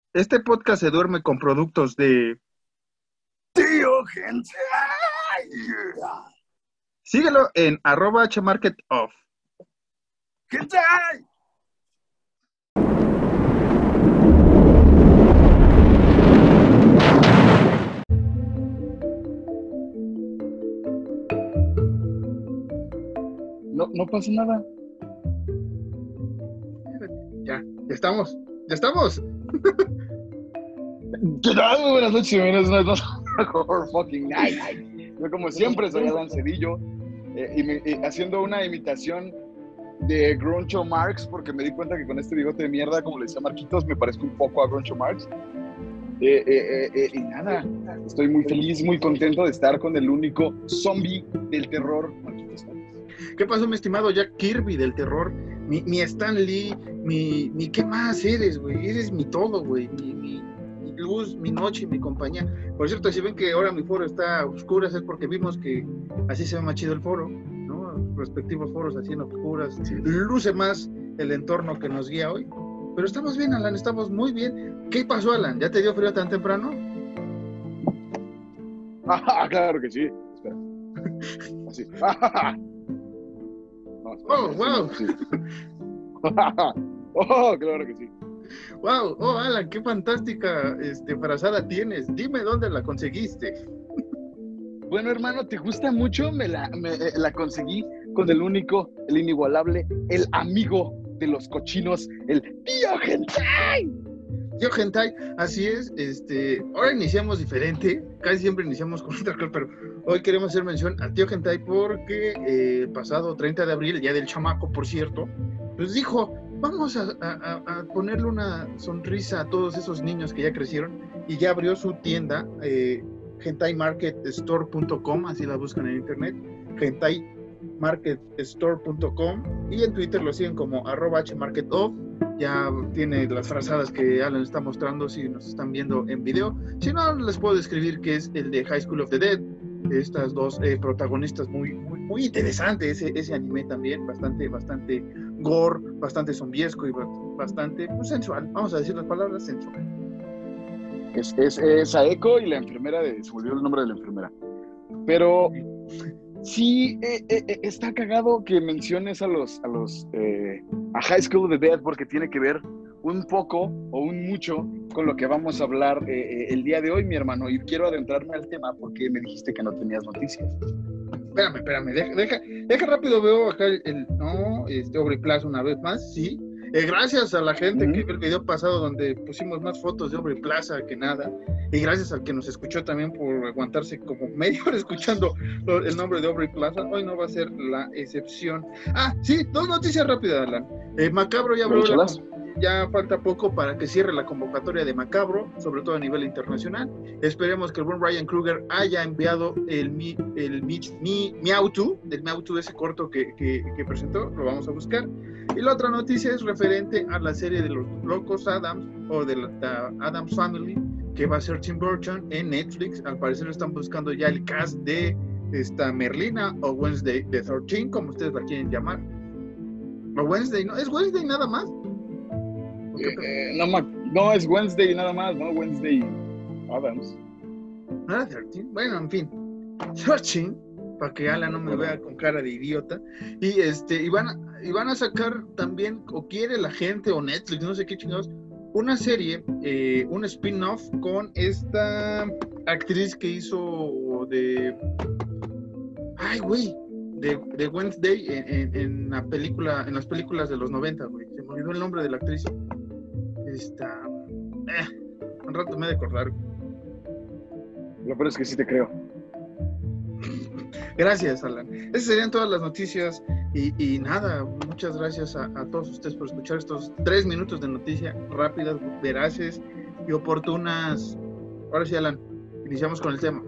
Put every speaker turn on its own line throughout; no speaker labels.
Este podcast se duerme con productos de
Tío Hentai.
Síguelo en @hmarketoff.
Hentai. No pasa nada.
Ya estamos. Ya estamos.
¿Qué tal? Muy buenas noches, bienvenidos una vez más a Horror Fucking Night. Yo, como siempre, soy Alan Cedillo, haciendo una imitación de Groucho Marx, porque me di cuenta que con este bigote de mierda, como le decía Marquitos, me parezco un poco a Groucho Marx. Y nada, estoy muy feliz, muy contento de estar con el único zombie del terror, Marquitos.
¿Qué pasó, mi estimado Jack Kirby del terror? Mi Stan Lee, mi ¿qué más eres, güey? Eres mi todo, güey. Mi luz, mi noche, mi compañía. Por cierto, si ven que ahora mi foro está a oscuras, es porque vimos que así se ve más chido el foro, ¿no? Los respectivos foros así en oscuras.
Sí.
Luce más el entorno que nos guía hoy. Pero estamos bien, Alan, estamos muy bien. ¿Qué pasó, Alan? ¿Ya te dio frío tan temprano?
Claro que sí. Espera. Así. No, espera,
Oh, wow.
Sí. Oh, claro que sí.
Wow, oh, Alan, qué fantástica frazada tienes. Dime dónde la conseguiste.
Bueno, hermano, ¿te gusta mucho? Me la conseguí con el único, el inigualable, el amigo de los cochinos, el Tío Hentai.
Tío Hentai, así es. Ahora iniciamos diferente. Casi siempre iniciamos con otra cosa, pero hoy queremos hacer mención a Tío Hentai porque el pasado 30 de abril, el día del chamaco, por cierto, pues dijo, vamos a ponerle una sonrisa a todos esos niños que ya crecieron y ya abrió su tienda, hentaimarketstore.com, así la buscan en internet, hentaimarketstore.com, y en Twitter lo siguen como @hmarketoff. Ya tiene las frazadas que Alan está mostrando si nos están viendo en video. Si no, les puedo describir que es el de High School of the Dead. Estas dos protagonistas muy interesante, ese anime también, bastante gore, bastante zombiesco y bastante sensual. Vamos a decir las palabras, sensual.
Es Saeko y la enfermera, se volvió el nombre de la enfermera. Pero sí, está cagado que menciones a High School of the Dead, porque tiene que ver un poco o un mucho con lo que vamos a hablar el día de hoy, mi hermano. Y quiero adentrarme al tema porque me dijiste que no tenías noticias.
Espérame, deja rápido, veo acá Aubrey Plaza una vez más, sí. Gracias a la gente que vio el video pasado donde pusimos más fotos de Aubrey Plaza que nada, y gracias al que nos escuchó también por aguantarse como media hora escuchando el nombre de Aubrey Plaza. Hoy no va a ser la excepción. Sí, dos noticias rápidas, Alan. Macabro ya abrió ya falta poco para que cierre la convocatoria de Macabro, sobre todo a nivel internacional. Esperemos que el buen Ryan Kruger haya enviado el Meowth, del Meowth, ese corto que presentó, lo vamos a buscar. Y la otra noticia es referente a la serie de los Locos Adams, o de la Addams Family, que va a ser Tim Burton en Netflix. Al parecer están buscando ya el cast de esta Merlina o Wednesday the 13, como ustedes la quieren llamar. O Wednesday, ¿no? ¿Es Wednesday nada más?
No, es Wednesday nada más, ¿no? Wednesday Adams.
¿No era 13? Bueno, en fin. 13, para que Alan no me vea con cara de idiota. Y van a sacar también, o quiere la gente, o Netflix, no sé qué chingados, una serie, un spin-off con esta actriz que hizo de Wednesday en las películas de los 90, güey. Se me olvidó el nombre de la actriz. Un rato me he de acordar.
Lo peor es que sí te creo.
Gracias, Alan. Esas serían todas las noticias y nada, muchas gracias a todos ustedes por escuchar estos 3 minutos de noticias rápidas, veraces y oportunas. Ahora sí, Alan, iniciamos con el tema.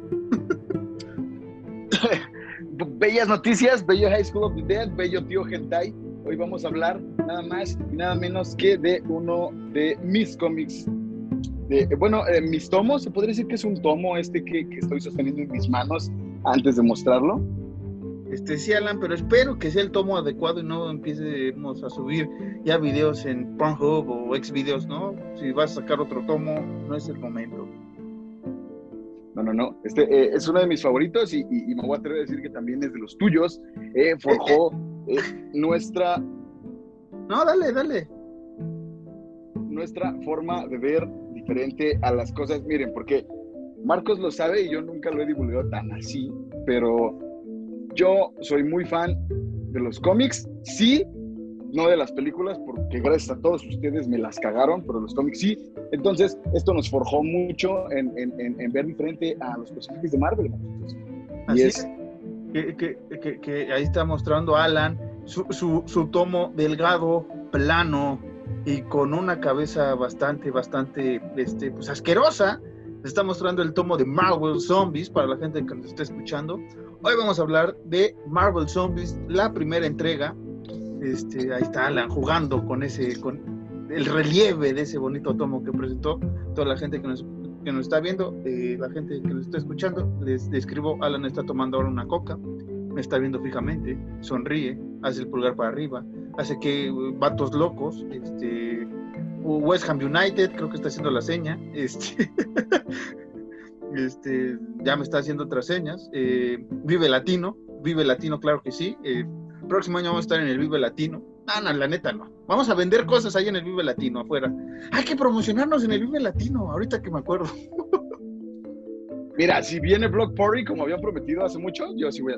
Bellas noticias, bello High School of the Dead, bello Tío Hentai. Hoy vamos a hablar nada más y nada menos que de uno de mis cómics. Mis tomos, se podría decir que es un tomo que estoy sosteniendo en mis manos antes de mostrarlo.
Sí, Alan, pero espero que sea el tomo adecuado y no empecemos a subir ya videos en Pornhub o Xvideos, ¿no? Si vas a sacar otro tomo, no es el momento.
No. Es uno de mis favoritos y me voy a atrever a decir que también es de los tuyos. Forjó nuestra...
No, dale.
Nuestra forma de ver diferente a las cosas. Miren, porque Marcos lo sabe y yo nunca lo he divulgado tan así, pero yo soy muy fan de los cómics, sí, no de las películas, porque gracias a todos ustedes me las cagaron, pero los cómics sí. Entonces, esto nos forjó mucho en ver diferente a los personajes de Marvel.
Así es. Que ahí está mostrando Alan su tomo delgado, plano y con una cabeza bastante, pues asquerosa. Está mostrando el tomo de Marvel Zombies para la gente que nos está escuchando. Hoy vamos a hablar de Marvel Zombies, la primera entrega. Ahí está Alan jugando con el relieve de ese bonito tomo que presentó. Toda la gente que nos está viendo, la gente que nos está escuchando, les describo, Alan está tomando ahora una coca, me está viendo fijamente, sonríe, hace el pulgar para arriba, hace que vatos locos, West Ham United, creo que está haciendo la seña, ya me está haciendo otras señas, Vive Latino, claro que sí, próximo año vamos a estar en el Vive Latino. No, la neta no. Vamos a vender cosas ahí en el Vive Latino afuera. Hay que promocionarnos en el Vive Latino, ahorita que me acuerdo.
Mira, si viene Block Party como habían prometido hace mucho, yo sí voy a...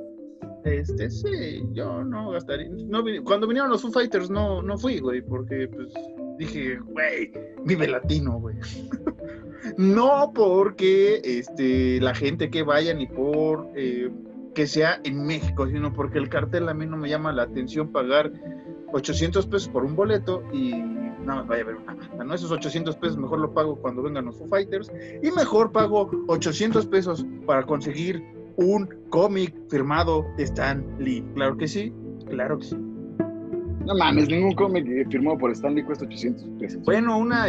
Sí, yo no gastaría. No, cuando vinieron los Foo Fighters no fui, güey, porque pues dije, güey, Vive Latino, güey. No porque la gente que vaya ni por que sea en México, sino porque el cartel a mí no me llama la atención pagar 800 pesos por un boleto y nada más vaya a ver una banda, ¿no? Esos 800 pesos mejor lo pago cuando vengan los Foo Fighters y mejor pago 800 pesos para conseguir un cómic firmado de Stan Lee. Claro que sí.
No mames, ningún cómic firmado por Stan Lee cuesta 800 pesos.
Bueno, no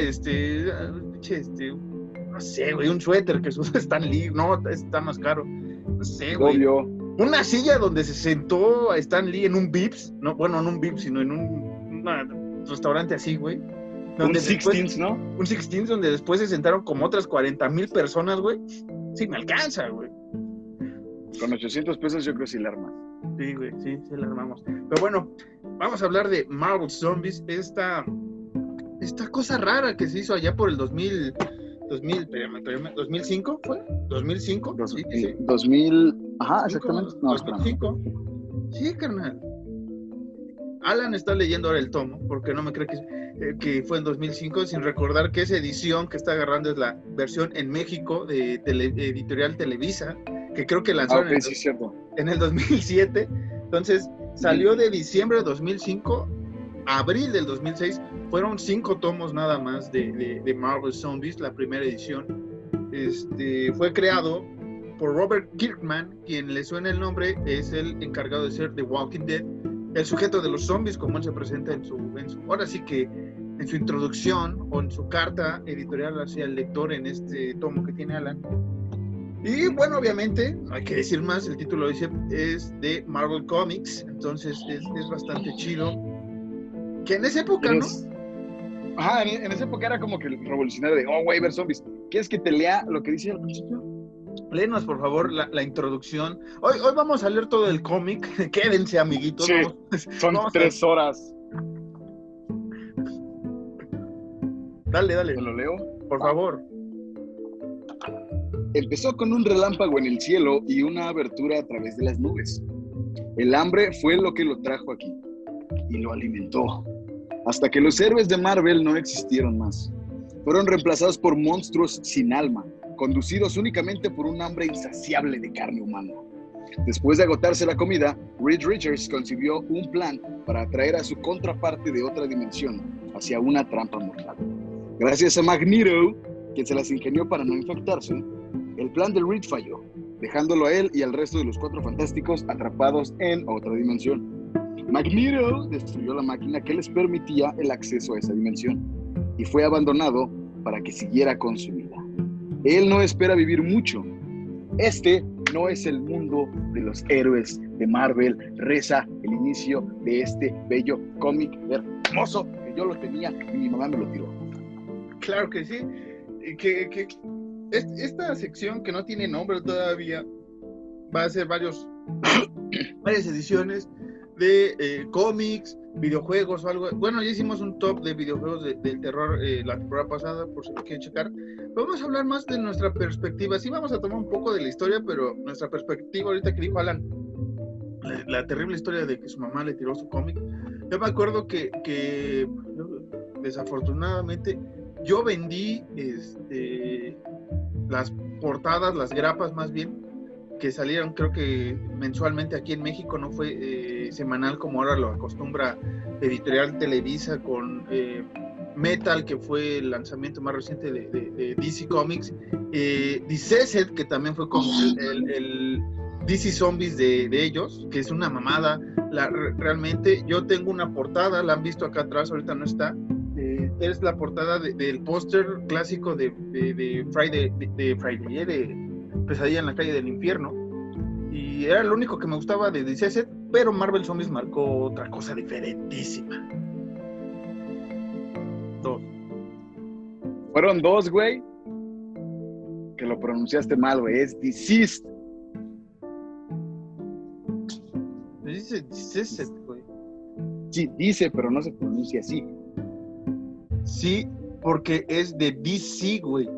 sé, güey, un suéter que usa Stan Lee, no, está más caro. No sé, güey.
Obvio.
Una silla donde se sentó a Stan Lee en un Vips, no, bueno, no un Vips, sino en un restaurante así, güey.
Un Sixteens, ¿no?
Un Sixteens donde después se sentaron como otras 40,000 personas, güey. Sí, me alcanza, güey.
Con 800 pesos yo creo que sí la armas.
Sí, güey, sí la armamos. Pero bueno, vamos a hablar de Marvel Zombies, esta cosa rara que se hizo allá por el 2005, ¿fue? ¿2005? Sí.
2000, ajá, exactamente. No,
2005. Sí, carnal. Alan está leyendo ahora el tomo, porque no me cree que fue en 2005, sin recordar que esa edición que está agarrando es la versión en México de Editorial Televisa, que creo que lanzaron en el 2007. Entonces, salió de diciembre de 2005 a abril del 2006. Fueron 5 tomos nada más de Marvel Zombies, la primera edición. Fue creado por Robert Kirkman, quien le suena el nombre, es el encargado de ser The Walking Dead, el sujeto de los zombies, como él se presenta ahora sí que en su introducción o en su carta editorial hacia el lector en este tomo que tiene Alan. Y bueno, obviamente, no hay que decir más, el título dice, es de Marvel Comics, entonces es bastante chido. Que en esa época, ¿no?
Ajá, en esa época era como que el revolucionario de, güey, ver zombies. ¿Quieres que te lea lo que dice al principio?
Léenos, por favor, la introducción. Hoy vamos a leer todo el cómic. Quédense, amiguitos.
Sí, son 3 horas.
Dale.
¿Te lo leo?
Por favor.
Empezó con un relámpago en el cielo y una abertura a través de las nubes. El hambre fue lo que lo trajo aquí y lo alimentó, hasta que los héroes de Marvel no existieron más. Fueron reemplazados por monstruos sin alma, conducidos únicamente por un hambre insaciable de carne humana. Después de agotarse la comida, Reed Richards concibió un plan para atraer a su contraparte de otra dimensión hacia una trampa mortal. Gracias a Magneto, quien se las ingenió para no infectarse, el plan de Reed falló, dejándolo a él y al resto de los 4 fantásticos atrapados en otra dimensión. Magneto destruyó la máquina que les permitía el acceso a esa dimensión y fue abandonado para que siguiera con su vida. Él no espera vivir mucho. no es el mundo de los héroes de Marvel, reza el inicio de este bello cómic hermoso que yo lo tenía y mi mamá me lo tiró.
Claro que sí. Que esta sección que no tiene nombre todavía va a ser varias ediciones de cómics, videojuegos o algo. Bueno, ya hicimos un top de videojuegos del terror la temporada pasada, por si lo quieren checar. Vamos a hablar más de nuestra perspectiva. Sí, vamos a tomar un poco de la historia, pero nuestra perspectiva, ahorita que dijo Alan, la terrible historia de que su mamá le tiró su cómic. Yo me acuerdo que desafortunadamente yo vendí las portadas, las grapas más bien, que salieron creo que mensualmente aquí en México, no fue semanal como ahora lo acostumbra Editorial Televisa con Metal, que fue el lanzamiento más reciente de DC Comics, Deceased, que también fue como el DC Zombies de ellos, que es una mamada. Realmente yo tengo una portada, la han visto acá atrás, ahorita no está, es la portada del póster clásico de Friday, de Pesadilla en la calle del infierno, y era lo único que me gustaba de DC, pero Marvel Zombies marcó otra cosa diferentísima.
Fueron dos, güey, que lo pronunciaste mal, güey, es Deceased.
Dice DC, güey.
Sí, dice, pero no se pronuncia así.
Sí, porque es de DC, güey.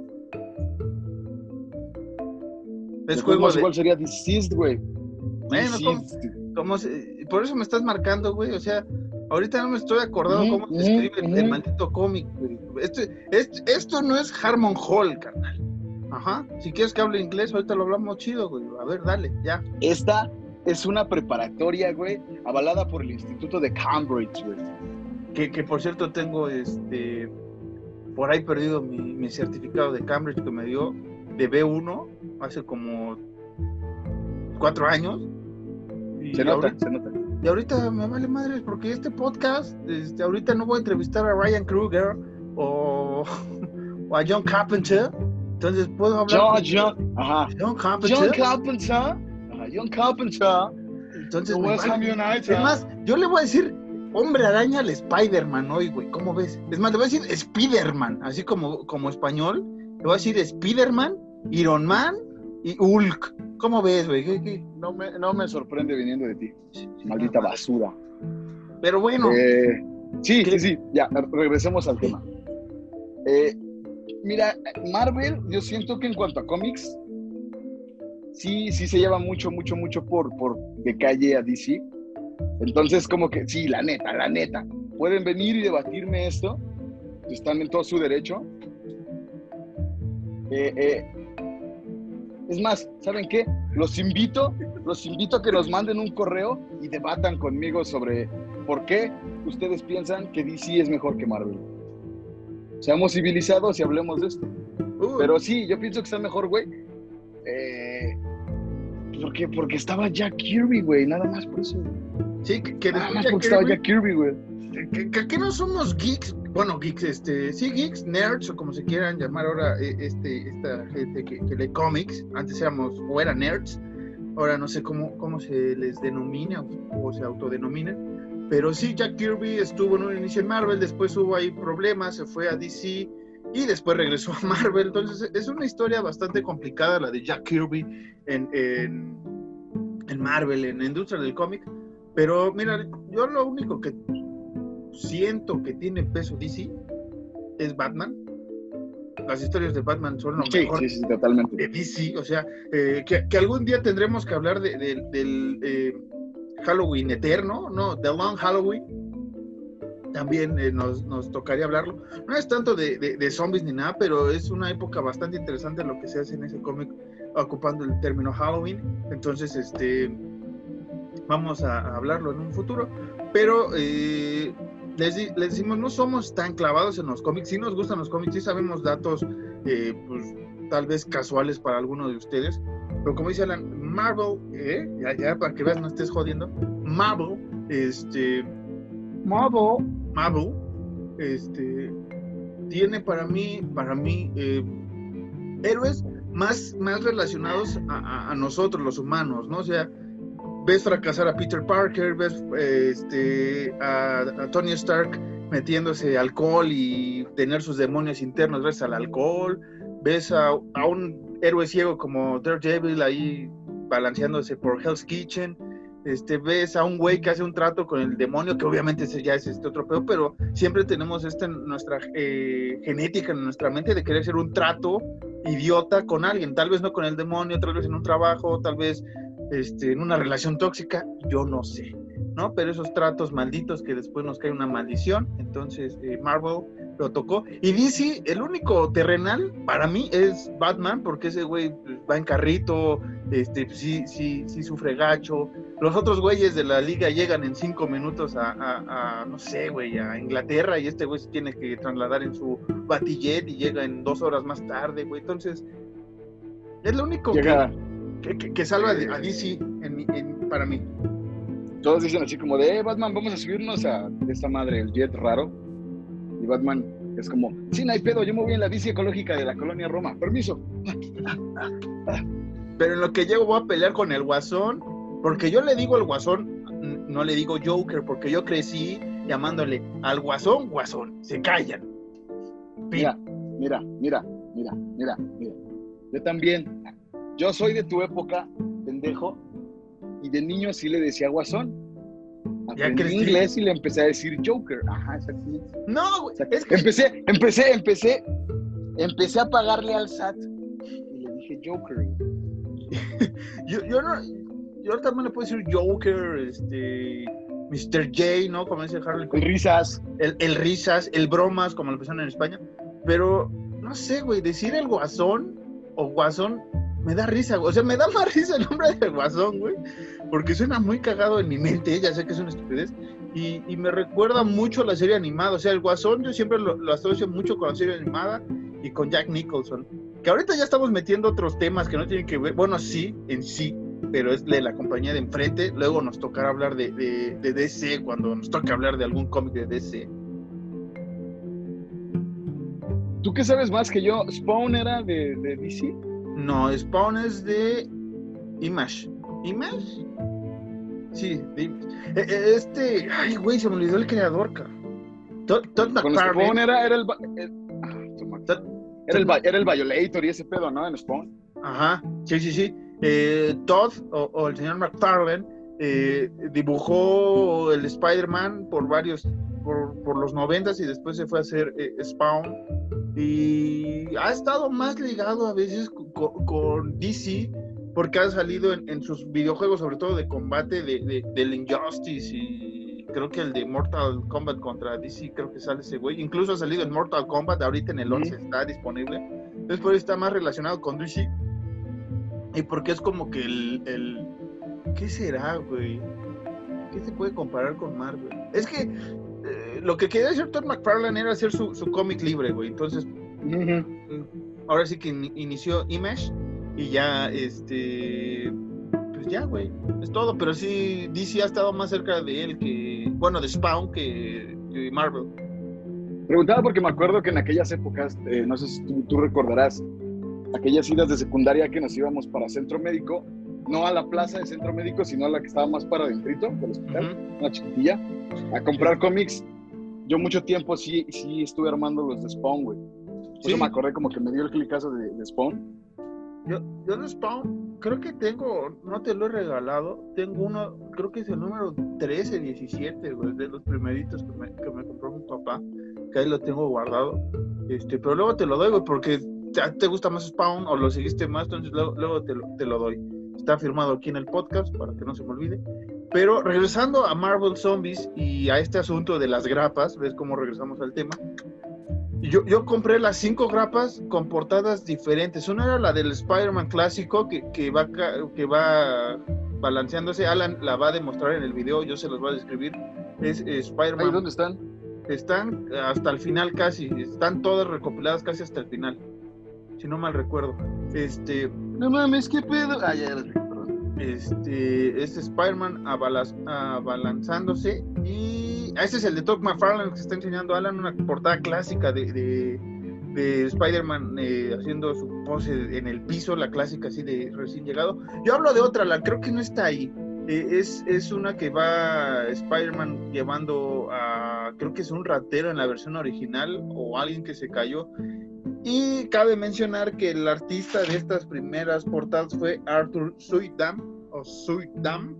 Es juego de...
¿Cuál sería Deceased, güey?
Bueno, por eso me estás marcando, güey. O sea, ahorita no me estoy acordando cómo se escribe el maldito cómic, güey. Esto no es Harmon Hall, carnal. Ajá. Si quieres que hable inglés, ahorita lo hablamos chido, güey. A ver, dale, ya.
Esta es una preparatoria, güey, avalada por el Instituto de Cambridge, güey.
Que por cierto tengo por ahí perdido mi certificado de Cambridge que me dio de B1 hace como 4 años.
Se nota.
Y ahorita me vale madres porque este podcast, ahorita no voy a entrevistar a Ryan Kruger o a John Carpenter. Entonces puedo hablar John Carpenter. Entonces es más, yo le voy a decir Hombre Araña al Spider-Man hoy, güey. ¿Cómo ves? Es más, le voy a decir Spider-Man, así como español. Le voy a decir Spider-Man, Iron Man y Hulk. ¿Cómo ves, güey?
No me sorprende viniendo de ti. Maldita basura.
Pero bueno.
Sí. Ya, regresemos al tema. Mira, Marvel, yo siento que en cuanto a cómics, sí se lleva mucho por de calle a DC. Entonces, como que, sí, la neta, pueden venir y debatirme esto, están en todo su derecho. Es más, ¿saben qué? Los invito a que nos manden un correo y debatan conmigo sobre por qué ustedes piensan que DC es mejor que Marvel. Seamos civilizados y hablemos de esto. Pero sí, yo pienso que está mejor, güey. Porque estaba Jack Kirby, güey, nada más por eso.
Sí, que
nada más porque estaba Jack Kirby, güey.
Que no somos geeks, bueno, geeks, sí, geeks, nerds, o como se quieran llamar ahora, esta gente que lee cómics. Antes éramos, o eran nerds, ahora no sé cómo se les denomina o se autodenominan. Pero sí, Jack Kirby estuvo en un inicio en Marvel, después hubo ahí problemas, se fue a DC y después regresó a Marvel. Entonces es una historia bastante complicada la de Jack Kirby en Marvel, en la industria del cómic. Pero mira, yo lo único que siento que tiene peso DC es Batman. Las historias de Batman son lo mejor
totalmente.
De DC. O sea, que algún día tendremos que hablar del Halloween eterno, ¿no? The Long Halloween. También nos tocaría hablarlo. No es tanto de zombies ni nada, pero es una época bastante interesante lo que se hace en ese cómic ocupando el término Halloween. Entonces, vamos a hablarlo en un futuro. Pero les decimos, no somos tan clavados en los cómics. Sí nos gustan los cómics, sí sabemos datos, pues tal vez casuales para alguno de ustedes. Pero como dice Alan, Marvel, ya para que veas, no estés jodiendo. Marvel, tiene para mí héroes más relacionados a nosotros, los humanos, ¿no? O sea, ves fracasar a Peter Parker, ves a Tony Stark metiéndose alcohol y tener sus demonios internos, ves al alcohol, ves a un héroe ciego como Daredevil ahí balanceándose por Hell's Kitchen, ves a un güey que hace un trato con el demonio, que obviamente ese ya es otro pedo, pero siempre tenemos en nuestra genética, en nuestra mente, de querer hacer un trato idiota con alguien, tal vez no con el demonio, tal vez en un trabajo, tal vez en una relación tóxica, yo no sé, ¿no? Pero esos tratos malditos que después nos cae una maldición, entonces Marvel lo tocó. Y DC, el único terrenal para mí es Batman, porque ese güey va en carrito, sí sufre gacho. Los otros güeyes de la liga llegan en 5 minutos a no sé, güey, a Inglaterra, y este güey se tiene que trasladar en su Batillet y llega en 2 horas más tarde, güey. Entonces, es lo único que salva a DC para mí.
Todos dicen así como de, Batman, vamos a subirnos a esta madre, el jet raro. Y Batman es como, sí, no hay pedo, yo me voy en la bici ecológica de la colonia Roma, permiso.
Pero en lo que llego voy a pelear con el Guasón, porque yo le digo al Guasón, no le digo Joker, porque yo crecí llamándole al Guasón, Guasón, se callan.
Mira. Yo también, yo soy de tu época, pendejo, y de niño sí le decía Guasón. Aprendí inglés y le empecé a decir Joker. Ajá, exactamente.
No, güey.
Es que empecé a pagarle al SAT y le dije Joker.
yo también le puedo decir Joker, Mr. J, ¿no? Como dice Harley.
El Risas.
El Risas, el Bromas, como lo pusieron en España. Pero, no sé, güey, decir el Guasón o Guasón me da risa, güey. O sea, me da más risa el nombre del Guasón, güey, porque suena muy cagado en mi mente, ya sé que es una estupidez, y me recuerda mucho a la serie animada. O sea, el Guasón yo siempre lo asocio mucho con la serie animada y con Jack Nicholson, que ahorita ya estamos metiendo otros temas que no tienen que ver, bueno, sí, en sí, pero es de la compañía de enfrente. Luego nos tocará hablar de DC, cuando nos toque hablar de algún cómic de DC.
¿Tú qué sabes más que yo? ¿Spawn era de DC?
No, Spawn es de Image. ¿Image? Sí, de Image. Ay, güey, se me olvidó el creador, cabrón. Todd McFarlane.
Spawn era el Violator y ese pedo, ¿no? En Spawn.
Ajá, sí. Todd, o el señor McFarlane, dibujó el Spider-Man por los 90s, y después se fue a hacer Spawn. Y ha estado más ligado a veces con DC, porque ha salido en sus videojuegos, sobre todo de combate, del Injustice, y creo que el de Mortal Kombat contra DC, creo que sale ese güey. Incluso ha salido en Mortal Kombat, ahorita en el 11 está disponible. Entonces, por eso está más relacionado con DC. Y porque es como que ¿qué será, güey? ¿Qué se puede comparar con Marvel? Es que lo que quería hacer Todd McFarlane era hacer su cómic libre, güey. Entonces, ahora sí que inició Image, y ya, pues ya, güey, es todo. Pero sí, DC ha estado más cerca de él de Spawn que Marvel.
Preguntaba porque me acuerdo que en aquellas épocas, no sé si tú recordarás, aquellas idas de secundaria que nos íbamos para Centro Médico, no a la plaza de Centro Médico, sino a la que estaba más para adentrito del hospital, una chiquitilla, a comprar cómics. Yo mucho tiempo sí estuve armando los de Spawn, güey. Por eso me acordé, como que me dio el clicazo de Spawn.
Yo de Spawn creo que tengo, no te lo he regalado, tengo uno, creo que es el número 13, 17, güey, de los primeritos que me compró mi papá, que ahí lo tengo guardado. Pero luego te lo doy, güey, porque te gusta más Spawn o lo seguiste más, entonces luego te lo doy. Está firmado aquí en el podcast para que no se me olvide. Pero regresando a Marvel Zombies y a este asunto de las grapas, ves cómo regresamos al tema. Yo compré las 5 grapas con portadas diferentes. Una era la del Spider-Man clásico que va balanceándose. Alan la va a demostrar en el video, yo se los voy a describir. Es Spider-Man.
¿Ahí dónde están?
Están hasta el final casi. Están todas recopiladas casi hasta el final, si no mal recuerdo.
No mames, qué pedo. Ya lo perdón.
Spider-Man abalanzándose, y ese es el de Todd McFarlane que está enseñando Alan, una portada clásica de de Spider-Man haciendo su pose en el piso, la clásica así de recién llegado. Yo hablo de otra, creo que no está ahí. Es una que va Spider-Man llevando a, creo que es un ratero en la versión original o alguien que se cayó. Y cabe mencionar que el artista de estas primeras portadas fue Arthur Suydam, o Suydam,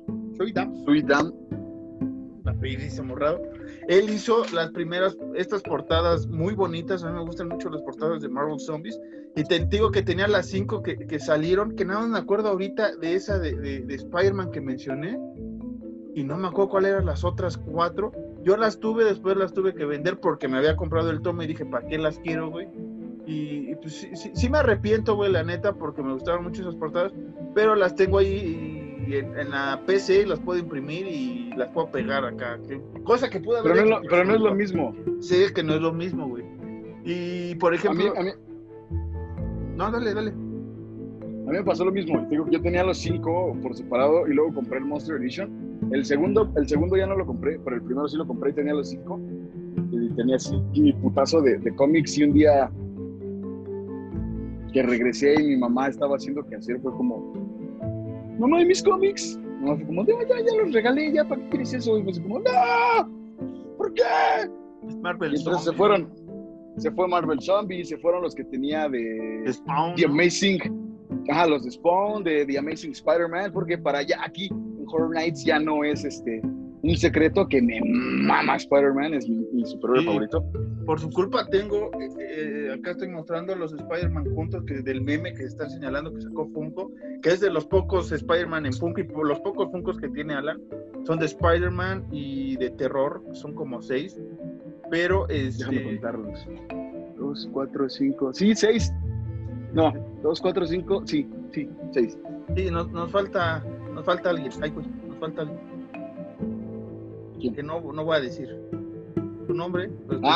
apellidísimo raro. Él hizo las primeras, estas portadas muy bonitas. A mí me gustan mucho las portadas de Marvel Zombies. Y te digo que tenía las 5 que salieron, que nada más me acuerdo ahorita de esa de Spider-Man que mencioné. Y no me acuerdo cuáles eran las otras 4. Yo las tuve, después las tuve que vender porque me había comprado el tomo y dije, ¿para qué las quiero, güey? Y pues sí me arrepiento, güey, la neta, porque me gustaron mucho esas portadas, pero las tengo ahí y en la PC las puedo imprimir y las puedo pegar acá. Cosa que pude haber hecho.
Pero no es lo mismo.
Sí, es que no es lo mismo, güey. Y, por ejemplo...
A mí...
No, dale.
A mí me pasó lo mismo. Yo tenía los 5 por separado y luego compré el Monster Edition. El segundo ya no lo compré, pero el primero sí lo compré y tenía los 5. Y tenía así mi putazo de cómics. Y un día que regresé y mi mamá estaba haciendo que hacer, fue como, mamá, ¿y mis cómics? Mi mamá fue como, ya los regalé, ya, ¿para qué quieres eso? Y me fue como, ¡no! ¿Por qué?
Marvel
y entonces
Zombie.
Se fue Marvel Zombie, se fueron los que tenía de
Spawn,
The Amazing, los de Spawn, de The Amazing Spider-Man, porque para allá aquí en Horror Nights ya no es un secreto que me mama Spider-Man, es mi superhéroe favorito.
Por su culpa tengo, acá estoy mostrando los Spider-Man juntos, que del meme que están señalando que sacó Funko, que es de los pocos Spider-Man en Funko, y por los pocos Funkos que tiene Alan, son de Spider-Man y de terror, son como 6, pero
Déjame contarlos. 2, 4, 5, sí, 6. No, 2, 4, 5, sí, 6.
Sí, nos falta alguien, ay, pues, nos falta alguien.
¿Quién?
Que no voy a decir su nombre.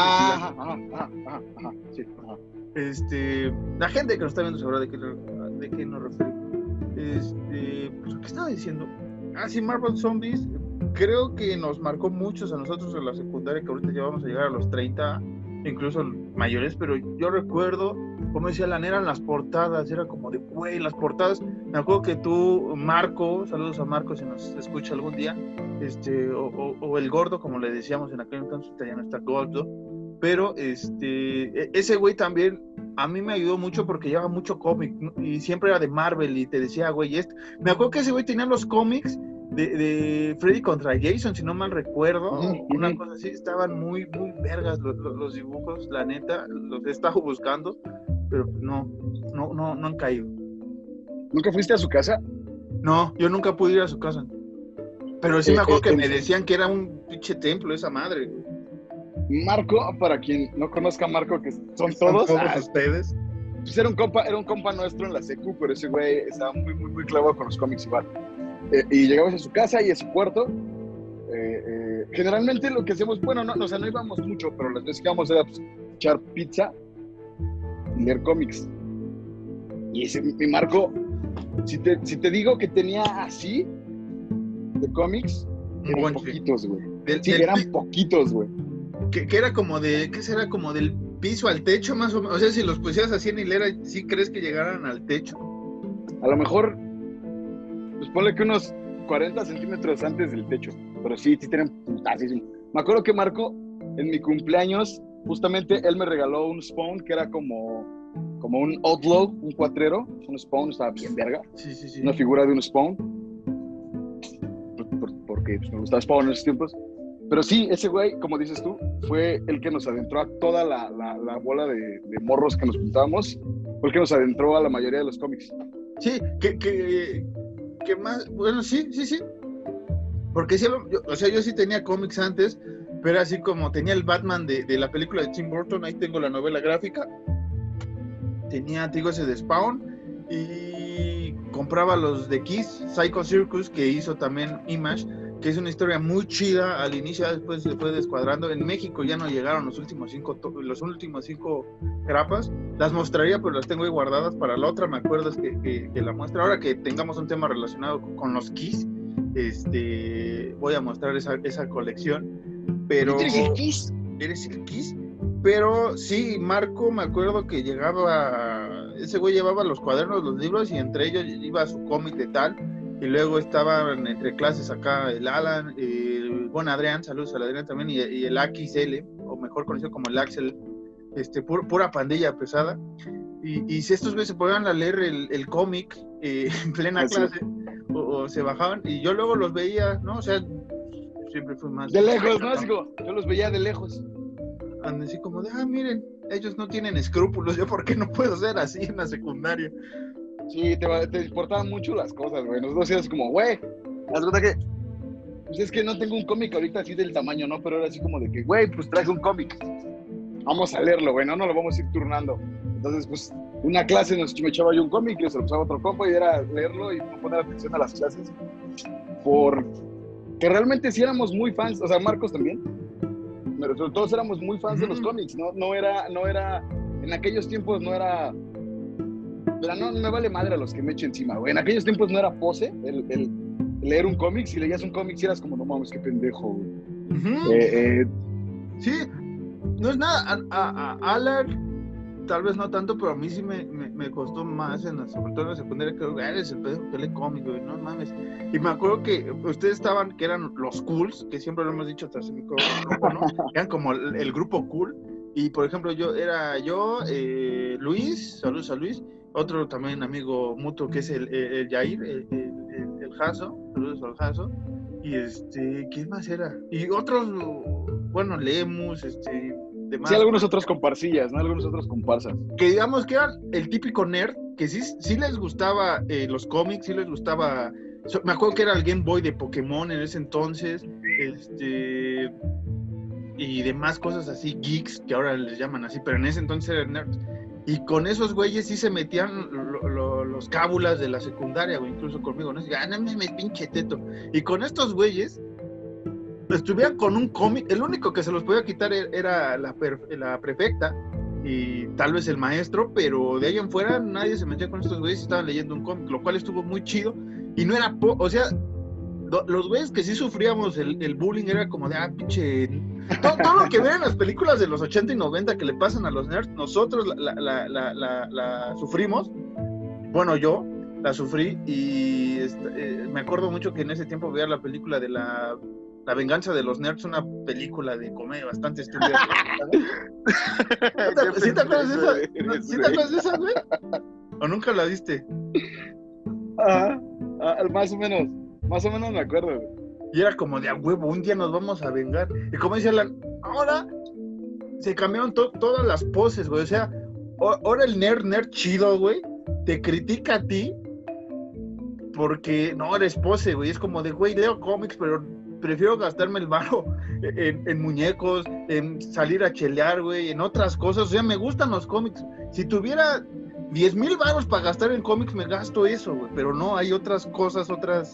Sí.
La gente que nos está viendo sabrá de qué nos referimos. Pues, ¿qué estaba diciendo? Sí, Marvel Zombies, creo que nos marcó muchos a nosotros en la secundaria, que ahorita ya vamos a llegar a los 30, incluso mayores, pero yo recuerdo, como decía Alan, eran las portadas, era como de, güey, las portadas. Me acuerdo que tú, Marco, saludos a Marco si nos escucha algún día, o el gordo, como le decíamos en aquel entonces, ya no está gordo, pero ese güey también a mí me ayudó mucho porque llevaba mucho cómic, ¿no? Y siempre era de Marvel y te decía, güey, me acuerdo que ese güey tenía los cómics de Freddy contra Jason, si no mal recuerdo, una cosa así. Estaban muy, muy vergas los dibujos, la neta, los he estado buscando, pero no han caído.
¿Nunca fuiste a su casa?
No, yo nunca pude ir a su casa, pero sí me acuerdo que me decían que era un pinche templo esa madre, güey.
Marco, para quien no conozca a Marco, que son todos
ustedes,
pues era un compa nuestro en la secu, pero ese güey estaba muy, muy, muy clavado con los cómics igual. Y llegabas a su casa y a su cuarto. Generalmente lo que hacemos, bueno, no íbamos mucho, pero las veces que íbamos era pues, echar pizza y leer cómics. Y mi Marco, si te digo que tenía así de cómics, eran poquitos, güey. Eran poquitos, güey.
Que era como ¿qué será? Como del piso al techo, más o menos. O sea, si los pusieras así en hilera, ¿sí crees que llegaran al techo?
A lo mejor, pues ponle que unos 40 centímetros antes del techo. Pero sí tienen putasísimo. Me acuerdo que Marco, en mi cumpleaños, justamente él me regaló un Spawn que era como un Outlaw, un cuatrero. Un Spawn, estaba bien verga.
Sí.
Una figura de un Spawn. Porque pues, me gustaba Spawn en esos tiempos. Pero sí, ese güey, como dices tú, fue el que nos adentró a toda la bola de morros que nos juntábamos. Fue el que nos adentró a la mayoría de los cómics.
Sí, que más, bueno, sí. Porque sí, yo sí tenía cómics antes, pero así como tenía el Batman de la película de Tim Burton, ahí tengo la novela gráfica. Tenía, digo, ese de Spawn, y compraba los de Kiss, Psycho Circus, que hizo también Image, que es una historia muy chida al inicio, después se fue descuadrando. En México ya no llegaron los últimos 5 grapas. Las mostraría, pero las tengo ahí guardadas para la otra. Me acuerdo que la muestra. Ahora que tengamos un tema relacionado con los Kiss, voy a mostrar esa colección. Pero
¿Eres el Kiss?
¿Eres el Kiss? Pero sí, Marco, me acuerdo que ese güey llevaba los cuadernos, los libros, y entre ellos iba su cómic de tal, y luego estaban entre clases acá el Alan, el buen Adrián, saludos al Adrián también, y el AXL, o mejor conocido como el Axel, pura pandilla pesada, y si estos güeyes se ponían a leer el cómic en plena clase, o se bajaban, y yo luego los veía, ¿no? O sea, siempre fui más...
De lejos, ¿no? Así como, yo los veía de lejos.
Así como de, miren, ellos no tienen escrúpulos, yo por qué no puedo ser así en la secundaria.
Sí, te importaban mucho las cosas, güey. Nosotros éramos como, güey, la verdad que, pues es que no tengo un cómic ahorita así del tamaño, ¿no? Pero era así como de que, güey, pues traes un cómic. Vamos a leerlo, güey, no lo vamos a ir turnando. Entonces, pues, una clase me echaba yo un cómic y se lo pasaba a otro compa y era leerlo y no poner atención a las clases. Porque realmente sí éramos muy fans, o sea, Marcos también. Pero todos éramos muy fans de los cómics, no era, en aquellos tiempos no era, pero no me vale madre a los que me eche encima, güey. En aquellos tiempos no era pose el leer un cómic. Si leías un cómic, si eras como, no mames, qué pendejo, güey.
Sí, no es nada. A Alan, tal vez no tanto, pero a mí sí me costó más, sobre todo en la secundaria, que eres el pendejo que lee cómic, güey, no mames. Y me acuerdo que ustedes estaban, que eran los cools, que siempre lo hemos dicho tras el micrófono, eran como el grupo cool. Y por ejemplo, era yo, Luis, saludos a Luis, otro también amigo mutuo que es el Jair, el Jaso, saludos al Jaso. Y ¿quién más era? Y otros, bueno, Lemus, demás.
Sí, algunos otros comparsillas, ¿no? Algunos otros comparsas.
Que digamos que eran el típico nerd, que sí les gustaba los cómics, sí les gustaba. Me acuerdo que era el Game Boy de Pokémon en ese entonces, y demás cosas así, geeks, que ahora les llaman así, pero en ese entonces eran nerds. Y con esos güeyes sí se metían los cábulas de la secundaria, güey, incluso conmigo, ¿no? No me pinche teto. Y con estos güeyes estuvieran con un cómic, el único que se los podía quitar era la prefecta y tal vez el maestro, pero de ahí en fuera nadie se metía con estos güeyes y estaban leyendo un cómic, lo cual estuvo muy chido. Y no era, o sea, los güeyes que sí sufríamos el bullying era como de, pinche... Todo lo que ven en las películas de los 80 y 90 que le pasan a los nerds, nosotros la sufrimos. Bueno, yo la sufrí y me acuerdo mucho que en ese tiempo veía la película de la venganza de los nerds, una película de comedia bastante estúpida. ¿Sí te acuerdas de esa? ¿Sí te acuerdas de esa, güey? ¿O nunca la viste?
Más o menos me acuerdo, güey.
Y era como de a huevo, un día nos vamos a vengar. Y como dice Alan, ahora se cambiaron todas las poses, güey. O sea, ahora el nerd chido, güey, te critica a ti porque no eres pose, güey. Es como de, güey, leo cómics, pero prefiero gastarme el varo en muñecos, en salir a chelear, güey, en otras cosas. O sea, me gustan los cómics. Si tuviera 10,000 varos para gastar en cómics, me gasto eso, güey. Pero no, hay otras cosas,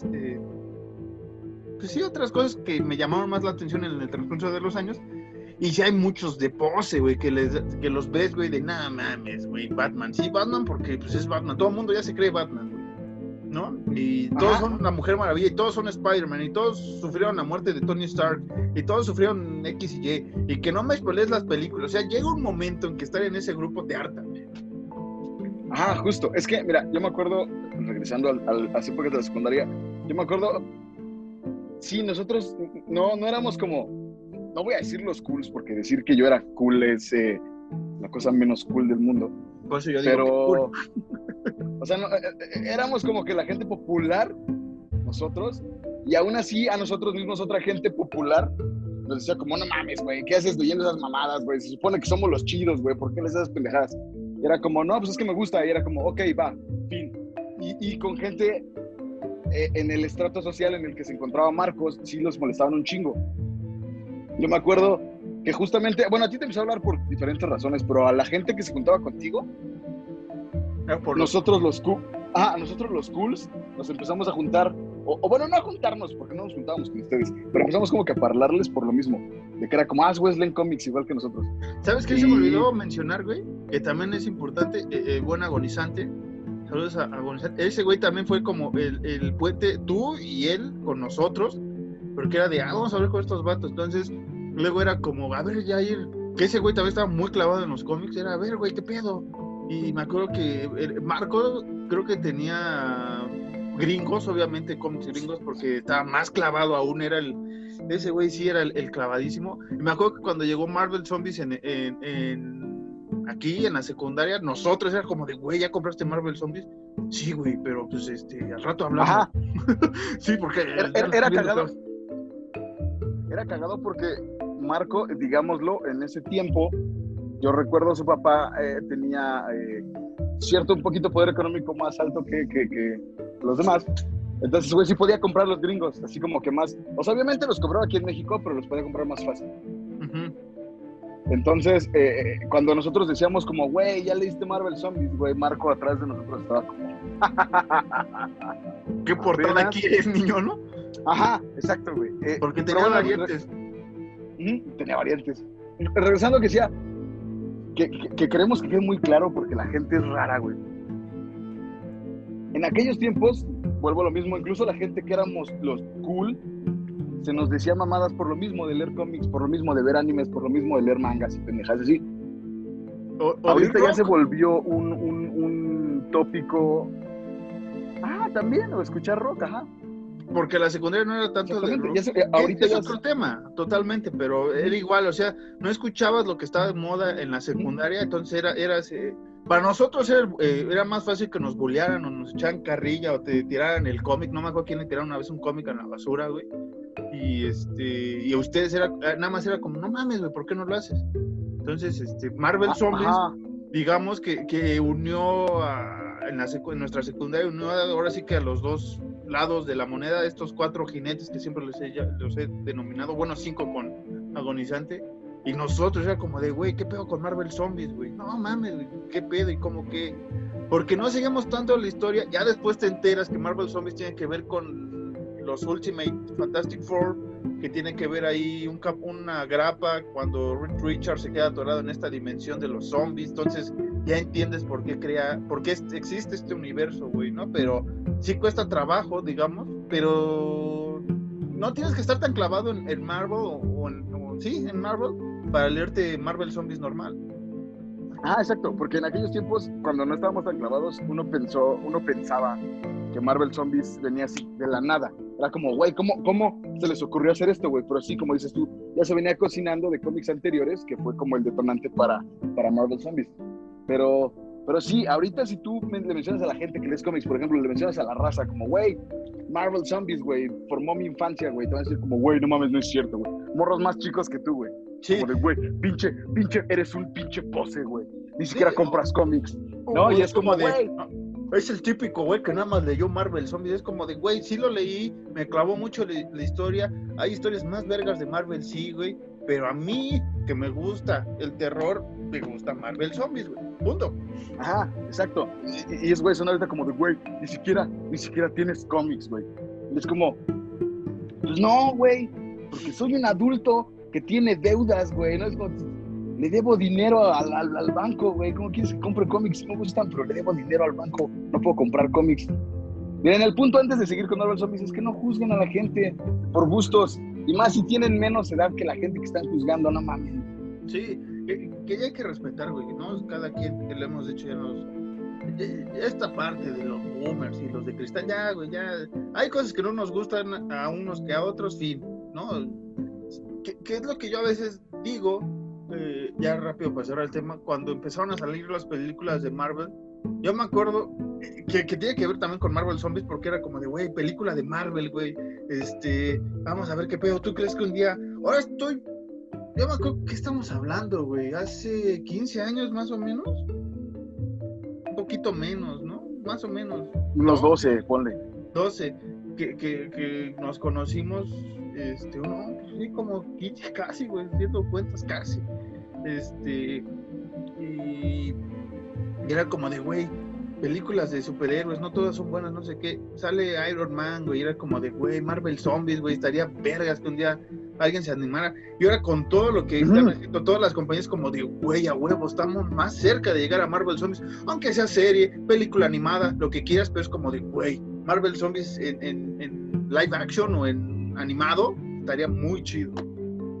pues sí, otras cosas que me llamaron más la atención en el transcurso de los años. Y sí hay muchos de pose, güey, que los ves, güey, de nada mames, güey, Batman. Sí, Batman porque pues es Batman. Todo el mundo ya se cree Batman, güey, ¿no? Y todos son una Mujer Maravilla, y todos son Spider-Man, y todos sufrieron la muerte de Tony Stark, y todos sufrieron X y Y. Y que no me spoilees las películas. O sea, llega un momento en que estar en ese grupo te harta, güey.
Justo. Es que, mira, yo me acuerdo, regresando a las épocas de la secundaria, yo me acuerdo... Sí, nosotros no éramos como, no voy a decir los cools, porque decir que yo era cool es la cosa menos cool del mundo.
Por eso yo digo
cool. O sea, éramos como que la gente popular, nosotros, y aún así a nosotros mismos otra gente popular nos decía como, no mames, güey, ¿qué haces leyendo esas mamadas, güey? Se supone que somos los chidos, güey, ¿por qué les das pendejadas? Y era como, no, pues es que me gusta, y era como, ok, va, fin. Y con gente... en el estrato social en el que se encontraba Marcos, sí los molestaban un chingo. Yo me acuerdo que justamente, bueno, a ti te empezó a hablar por diferentes razones, pero a la gente que se juntaba contigo, nosotros los cools nos empezamos a juntar, o bueno, no a juntarnos, porque no nos juntábamos con ustedes, pero empezamos como que a parlarles por lo mismo, de que era como, güey, leen cómics igual que nosotros.
¿Sabes qué se me olvidó mencionar, güey? Que también es importante, buen agonizante. Saludos a Agonizante. Ese güey también fue como el puente, tú y él con nosotros, porque era de, vamos a hablar con estos vatos. Entonces, luego era como, a ver, Jair, que ese güey también estaba muy clavado en los cómics, era, a ver, güey, ¿qué pedo? Y me acuerdo que Marco creo que tenía gringos, obviamente cómics gringos, porque estaba más clavado aún, ese güey sí era el clavadísimo. Y me acuerdo que cuando llegó Marvel Zombies aquí en la secundaria, nosotros era como de, güey, ¿ya compraste Marvel Zombies? Sí, güey, pero pues al rato hablamos. Sí, porque
era cagado. Era cagado porque Marco, digámoslo, en ese tiempo, yo recuerdo su papá tenía cierto un poquito poder económico más alto que los demás. Entonces, güey, sí podía comprar los gringos, así como que más. O sea, obviamente los cobraba aquí en México, pero los podía comprar más fácil.
Uh-huh.
Entonces, cuando nosotros decíamos como, güey, ya leíste Marvel Zombies, güey, Marco atrás de nosotros estaba como...
¿Qué portada quieres, niño, no?
Ajá, exacto, güey.
Porque tenía variantes.
Tenía variantes. Regresando que decía, que queremos que quede muy claro porque la gente es rara, güey. En aquellos tiempos, vuelvo a lo mismo, incluso la gente que éramos los cool, se nos decía mamadas por lo mismo de leer cómics, por lo mismo de ver animes, por lo mismo de leer mangas y pendejadas así. Ahorita ya se volvió un tópico. También, o escuchar rock, ajá.
Porque la secundaria no era tanto de rock.
Ahorita
es otro tema, totalmente, pero era igual, o sea, no escuchabas lo que estaba de moda en la secundaria, entonces para nosotros era más fácil que nos bullearan o nos echaran carrilla o te tiraran el cómic. No me acuerdo quién le tiraron una vez un cómic a la basura, güey. Y a ustedes nada más era como, no mames, güey, ¿por qué no lo haces? Entonces, Marvel Zombies, digamos que unió en nuestra secundaria, unió ahora sí que a los dos lados de la moneda, estos 4 jinetes que siempre los he denominado, bueno, 5 con agonizante, y nosotros era como de, güey, ¿qué pedo con Marvel Zombies, güey? No mames, güey, ¿qué pedo? ¿Y cómo qué? Porque no seguimos tanto la historia, ya después te enteras que Marvel Zombies tiene que ver con los Ultimate Fantastic Four, que tiene que ver ahí una grapa cuando Reed Richards se queda atorado en esta dimensión de los zombies. Entonces ya entiendes por qué existe este universo, güey, ¿no? Pero sí cuesta trabajo, digamos, pero no tienes que estar tan clavado en Marvel en Marvel para leerte Marvel Zombies normal.
Exacto, porque en aquellos tiempos, cuando no estábamos tan clavados, uno pensaba que Marvel Zombies venía así, de la nada. Era como, güey, ¿cómo se les ocurrió hacer esto, güey? Pero sí, como dices tú, ya se venía cocinando de cómics anteriores, que fue como el detonante para Marvel Zombies. Pero sí, ahorita si tú le mencionas a la gente que lees cómics, por ejemplo, le mencionas a la raza como, güey, Marvel Zombies, güey, formó mi infancia, güey, te van a decir como, güey, no mames, no es cierto, güey. Morros más chicos que tú, güey.
Sí.
Como de, güey, pinche, eres un pinche pose, güey. Ni siquiera compras cómics, ¿no? Y es como de... Güey,
es el típico güey que nada más leyó Marvel Zombies. Es como de, güey, sí lo leí, me clavó mucho la historia. Hay historias más vergas de Marvel, sí, güey. Pero a mí, que me gusta el terror, me gusta Marvel Zombies, güey. Punto.
Ajá, exacto. Y es, güey, son ahorita como de, güey, ni siquiera tienes cómics, güey. Y es como, pues no, güey, porque soy un adulto que tiene deudas, güey. No es como, le debo dinero al banco, güey. ¿Cómo quieres que compre cómics? No me gustan, pero le debo dinero al banco. No puedo comprar cómics. Miren, el punto antes de seguir con Marvel Zombies es que no juzguen a la gente por gustos. Y más si tienen menos edad que la gente que están juzgando, no mames.
Sí, que ya hay que respetar, güey, ¿no? Cada quien, que le hemos dicho esta parte de los boomers y los de cristal, ya, güey, ya. Hay cosas que no nos gustan a unos que a otros, fin, ¿no? ¿Qué es lo que yo a veces digo? Ya rápido para cerrar el tema, cuando empezaron a salir las películas de Marvel, yo me acuerdo que tiene que ver también con Marvel Zombies, porque era como de, güey, película de Marvel, güey, vamos a ver qué pedo. ¿Tú crees que un día, yo me acuerdo que estamos hablando, güey, hace 15 años más o menos, un poquito menos, ¿no? Más o menos.
Unos 12, ponle.
12, que nos conocimos, sí, como 15 casi, güey, haciendo cuentas casi. Y era como de, güey, películas de superhéroes, no todas son buenas, no sé qué. Sale Iron Man, güey, era como de, güey, Marvel Zombies, güey, estaría vergas que un día alguien se animara. Y ahora con todo lo que están haciendo todas las compañías, como de, güey, a huevo, estamos más cerca de llegar a Marvel Zombies, aunque sea serie, película animada, lo que quieras, pero es como de, güey, Marvel Zombies en live action o en animado, estaría muy chido.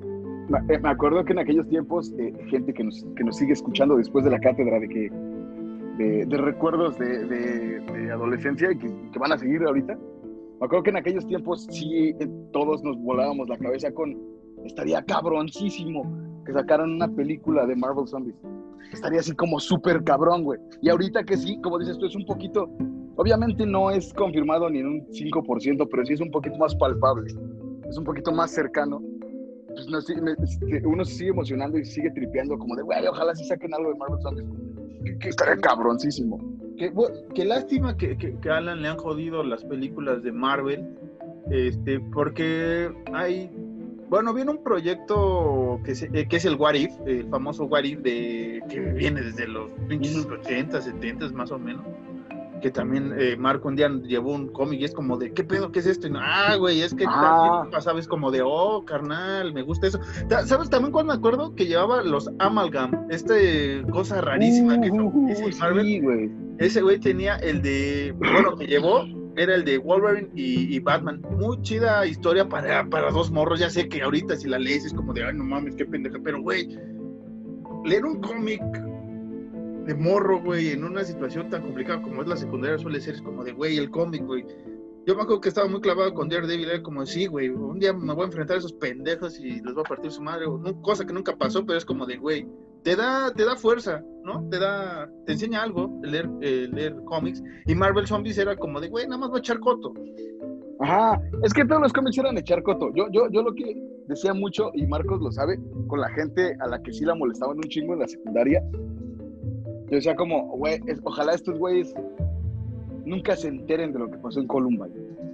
Me acuerdo que en aquellos tiempos, gente que nos sigue escuchando después de la cátedra de recuerdos de adolescencia y que van a seguir ahorita, me acuerdo que en aquellos tiempos sí todos nos volábamos la cabeza estaría cabroncísimo que sacaran una película de Marvel Zombies. Estaría así como súper cabrón, güey. Y ahorita que sí, como dices tú, es un poquito, obviamente no es confirmado ni en un 5%, pero sí es un poquito más palpable. Es un poquito más cercano. Pues uno se sigue emocionando y sigue tripeando como de, güey, ojalá sí saquen algo de Marvel Zombies. Que estaría cabroncísimo.
Qué lástima que a Alan le han jodido las películas de Marvel, porque viene un proyecto que es el What If, el famoso What If que viene desde los pinches 80, 70 más o menos, que también Marco un día llevó un cómic y es como de, ¿qué pedo? ¿Qué es esto? Y no, güey, es que también pasaba, es como de, carnal, me gusta eso. ¿Sabes también cuál me acuerdo? Que llevaba los Amalgam, cosa rarísima que hizo Marvel.
Sí, güey.
Ese güey tenía el de, que llevó, era el de Wolverine y Batman. Muy chida historia para dos morros. Ya sé que ahorita si la lees es como de, ay, no mames, qué pendeja. Pero, güey, leer un cómic de morro, güey, en una situación tan complicada como es la secundaria suele ser, es como de, güey, el cómic, güey. Yo me acuerdo que estaba muy clavado con Daredevil, era como, sí, güey, un día me voy a enfrentar a esos pendejos y les voy a partir su madre, cosa que nunca pasó, pero es como de, güey, te da fuerza, ¿no? Te enseña algo, leer cómics, y Marvel Zombies era como de, güey, nada más voy a echar coto.
Ajá, es que todos los cómics eran echar coto. Yo lo que decía mucho, y Marcos lo sabe, con la gente a la que sí la molestaban un chingo en la secundaria, yo decía como, güey, ojalá estos güeyes nunca se enteren de lo que pasó en Columbine.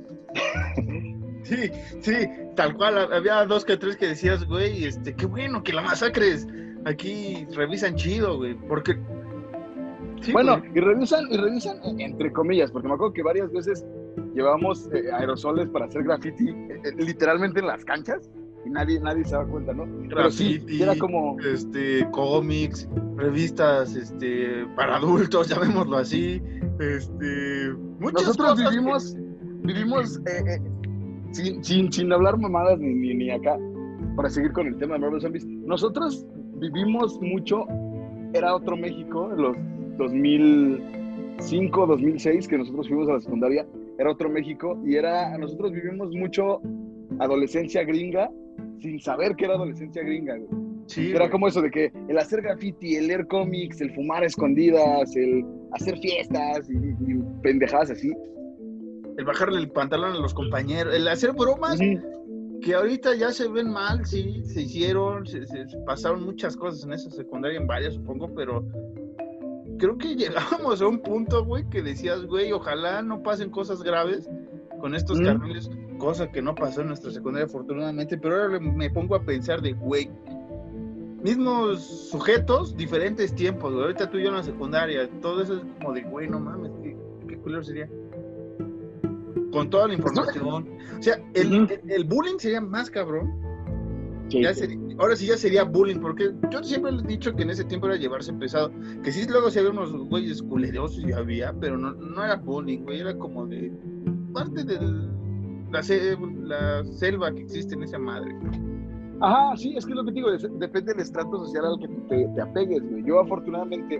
Sí, tal cual, había 2 que 3 que decías, güey, qué bueno que la masacres, aquí revisan chido, güey, porque...
Sí, bueno, güey. y revisan entre comillas, porque me acuerdo que varias veces llevábamos aerosoles para hacer graffiti, literalmente en las canchas, y nadie se daba cuenta, ¿no?
Graffiti,
pero sí, era como...
cómics, revistas, para adultos, llamémoslo así, muchas
Nosotros
cosas
vivimos sin hablar mamadas ni acá, para seguir con el tema de Marvel Zombies, nosotros vivimos mucho, era otro México, en los 2005, 2006, que nosotros fuimos a la secundaria, era otro México, y nosotros vivimos mucho adolescencia gringa, sin saber que era adolescencia gringa, güey. Sí, era como eso de que el hacer graffiti, el leer cómics, el fumar a escondidas, el hacer fiestas y pendejadas así.
El bajarle el pantalón a los compañeros, el hacer bromas que ahorita ya se ven mal, sí, se hicieron, se pasaron muchas cosas en esa secundaria, en varias supongo, pero creo que llegábamos a un punto, güey, que decías, güey, ojalá no pasen cosas graves con estos carnales, cosa que no pasó en nuestra secundaria afortunadamente, pero ahora me pongo a pensar de, güey, mismos sujetos, diferentes tiempos, güey. Ahorita tú y yo en la secundaria, todo eso es como de, güey, no mames, qué culero sería. Con toda la información. O sea, el bullying sería más cabrón. Sí, ahora sí ya sería bullying, porque yo siempre les he dicho que en ese tiempo era llevarse pesado. Que sí, luego sí había unos güeyes culerosos y había, pero no era bullying, güey, era como de parte de la selva que existe en esa madre.
Ajá, sí, es que es lo que te digo, depende del estrato social al que te apegues, güey. Yo afortunadamente,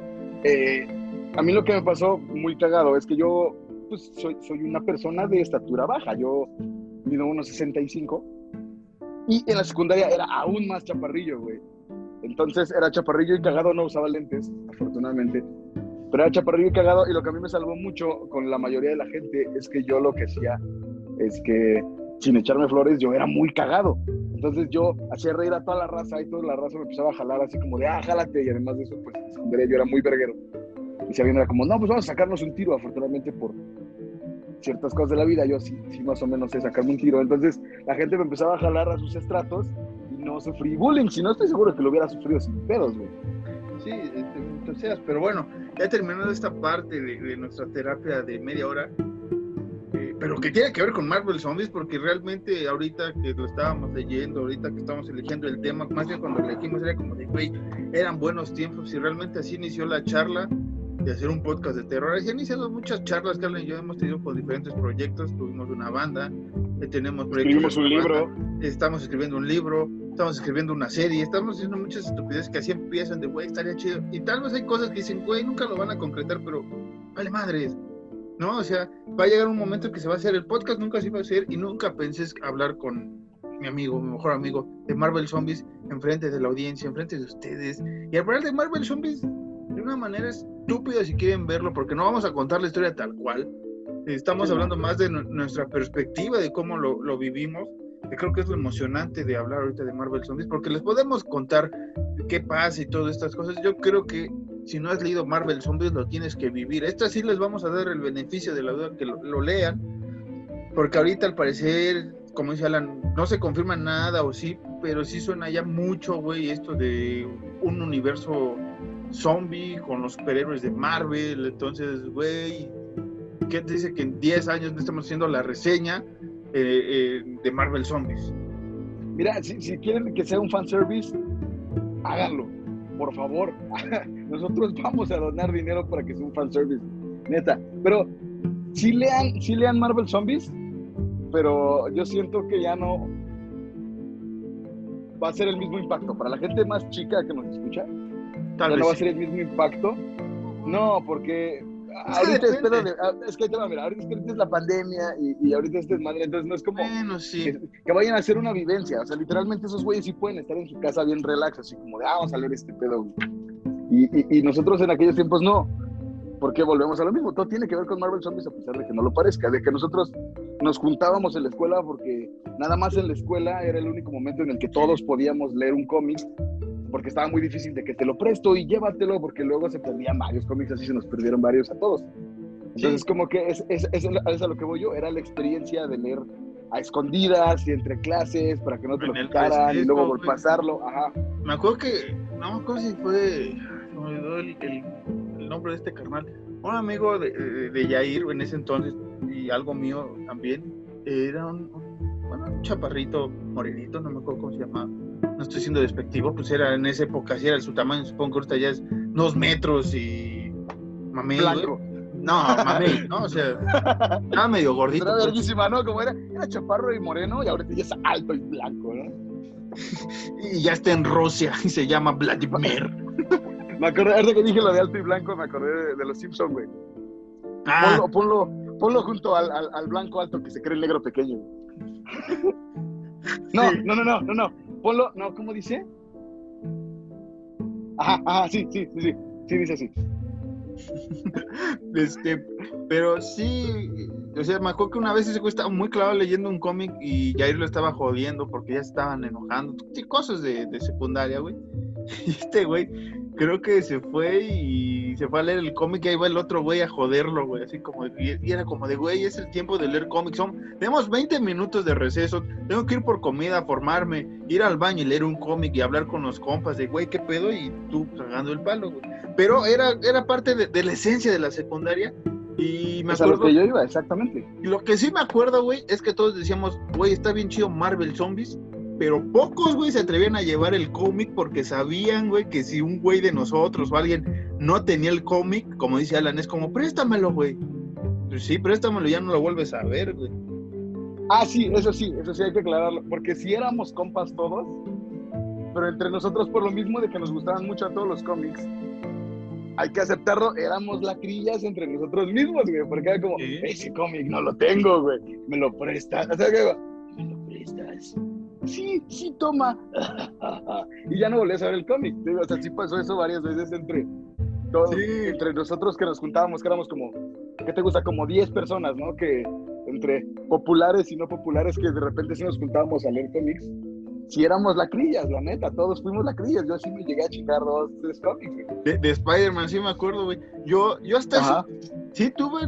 a mí lo que me pasó muy cagado es que yo pues soy una persona de estatura baja, yo mido 1.65 y en la secundaria era aún más chaparrillo, güey. Entonces era chaparrillo y cagado, no usaba lentes, afortunadamente, pero era chaparrillo y cagado, y lo que a mí me salvó mucho con la mayoría de la gente es que yo lo que hacía es que, sin echarme flores, yo era muy cagado. Entonces yo hacía reír a toda la raza y toda la raza me empezaba a jalar así como de, jálate, y además de eso, pues en la secundaria yo era muy verguero. Y si alguien era como, no, pues vamos a sacarnos un tiro, afortunadamente por ciertas cosas de la vida, yo sí más o menos sé sacarme un tiro. Entonces la gente me empezaba a jalar a sus estratos y no sufrí bullying, si no estoy seguro que lo hubiera sufrido sin pedos, güey.
Sí, entonces, pero bueno, ya terminando esta parte de nuestra terapia de media hora, pero que tiene que ver con Marvel Zombies, porque realmente ahorita que lo estábamos leyendo, ahorita que estamos eligiendo el tema, más bien cuando lo elegimos era como de, güey, eran buenos tiempos, y realmente así inició la charla de hacer un podcast de terror. Así han iniciado muchas charlas que Alan y yo hemos tenido con diferentes proyectos. Tuvimos una banda, tenemos proyectos,
escribimos un libro,
estamos escribiendo un libro, estamos escribiendo una serie, estamos haciendo muchas estupideces que así empiezan de, güey, estaría chido. Y tal vez hay cosas que dicen, güey, nunca lo van a concretar, pero vale madres, ¿no? O sea, va a llegar un momento que se va a hacer el podcast, nunca se iba a hacer, y nunca pensé hablar con mi amigo, mi mejor amigo, de Marvel Zombies, enfrente de la audiencia, enfrente de ustedes, y hablar de Marvel Zombies de una manera estúpida si quieren verlo, porque no vamos a contar la historia tal cual. Estamos hablando más de nuestra perspectiva, de cómo lo vivimos. Y creo que es lo emocionante de hablar ahorita de Marvel Zombies, porque les podemos contar qué pasa y todas estas cosas. Yo creo que si no has leído Marvel Zombies, lo tienes que vivir. Esta sí les vamos a dar el beneficio de la duda, que lo lean, porque ahorita al parecer, como dice Alan, no se confirma nada o sí, pero sí suena ya mucho, güey, esto de un universo zombie con los superhéroes de Marvel. Entonces, güey, ¿qué te dice que en 10 años no estamos haciendo la reseña de Marvel Zombies?
Mira, si quieren que sea un fanservice, háganlo, por favor. Nosotros vamos a donar dinero para que sea un fanservice, neta. Pero sí lean Marvel Zombies, pero yo siento que ya no va a ser el mismo impacto. Para la gente más chica que nos escucha,
Tal
ya
vez
no va a
sí.
ser el mismo impacto. No, porque
Es que
ahorita
depende.
es que mira, ahorita es la pandemia y ahorita es desmadre, entonces no es como
Bueno, sí.
que vayan a hacer una vivencia. O sea, literalmente esos güeyes sí pueden estar en su casa bien relax, así como de, vamos a leer este pedo, güey. Y nosotros en aquellos tiempos no, porque volvemos a lo mismo. Todo tiene que ver con Marvel Zombies, a pesar de que no lo parezca, de que nosotros nos juntábamos en la escuela porque nada más en la escuela era el único momento en el que todos podíamos leer un cómic, porque estaba muy difícil de que te lo presto y llévatelo, porque luego se perdían varios cómics, así se nos perdieron varios a todos. Entonces,
Sí.
como que es a lo que voy yo, era la experiencia de leer a escondidas y entre clases para que no te lo
En el
quitaran y luego
receso, güey.
pasarlo, ajá.
Me acuerdo que, no me acuerdo si fue, se me olvidó el nombre de este carnal. Un amigo de Yair en ese entonces, y algo mío también, era un chaparrito morenito, no me acuerdo cómo se llamaba. No estoy siendo despectivo, pues era en esa época, sí era su tamaño, supongo que ahorita ya es 2 metros y mamey,
Blanco.
güey. No, mamey, ¿no? O sea, estaba medio gordito.
Era
Pues.
verguísima, ¿no? Como era chaparro y moreno y ahorita ya es alto y blanco, ¿no?
Y ya está en Rusia y se llama Vladimir.
Me acordé, ahorita que dije lo de alto y blanco, me acordé de los Simpsons, güey.
Ah,
Ponlo junto al blanco alto que se cree el negro pequeño. No,
sí.
no. Ponlo, no, ¿cómo dice? Ajá, sí, dice así.
Pero sí, o sea, me acuerdo que una vez ese güey estaba muy clavado leyendo un cómic y Jair lo estaba jodiendo porque ya estaban enojando, sí, cosas de secundaria, güey. Y este güey creo que se fue a leer el cómic y ahí va el otro güey a joderlo, güey, así como, y era como de, güey, es el tiempo de leer cómics, tenemos 20 minutos de receso, tengo que ir por comida, formarme, ir al baño y leer un cómic y hablar con los compas de, güey, ¿qué pedo? Y tú cagando el palo, güey. Pero era parte de la esencia de la secundaria y me
Es a lo
acuerdo,
que yo iba, exactamente.
lo que sí me acuerdo, güey, es que todos decíamos, güey, está bien chido Marvel Zombies, pero pocos, güey, se atrevían a llevar el cómic porque sabían, güey, que si un güey de nosotros o alguien no tenía el cómic, como dice Alan, es como, préstamelo, güey. Pues sí, préstamelo, ya no lo vuelves a ver, güey.
Ah, sí, eso sí hay que aclararlo, porque si éramos compas todos, pero entre nosotros por lo mismo de que nos gustaban mucho a todos los cómics, hay que aceptarlo, éramos lacrillas entre nosotros mismos, güey, porque era como,
¿Sí?
ese cómic no lo tengo, güey, me lo prestas, o sea, que me lo prestas, sí, toma, y ya no volvías a ver el cómic, o sea, sí pasó eso varias veces entre todos,
Sí.
entre nosotros que nos juntábamos, que éramos como, ¿qué te gusta? Como 10 personas, ¿no? Que entre populares y no populares, que de repente sí nos juntábamos a leer cómics, sí éramos lacrillas, la neta, todos fuimos lacrillas, yo sí me llegué a chingar 2, 3 cómics, güey.
De Spider-Man, sí me acuerdo, güey. Yo hasta
Ajá.
sí tuve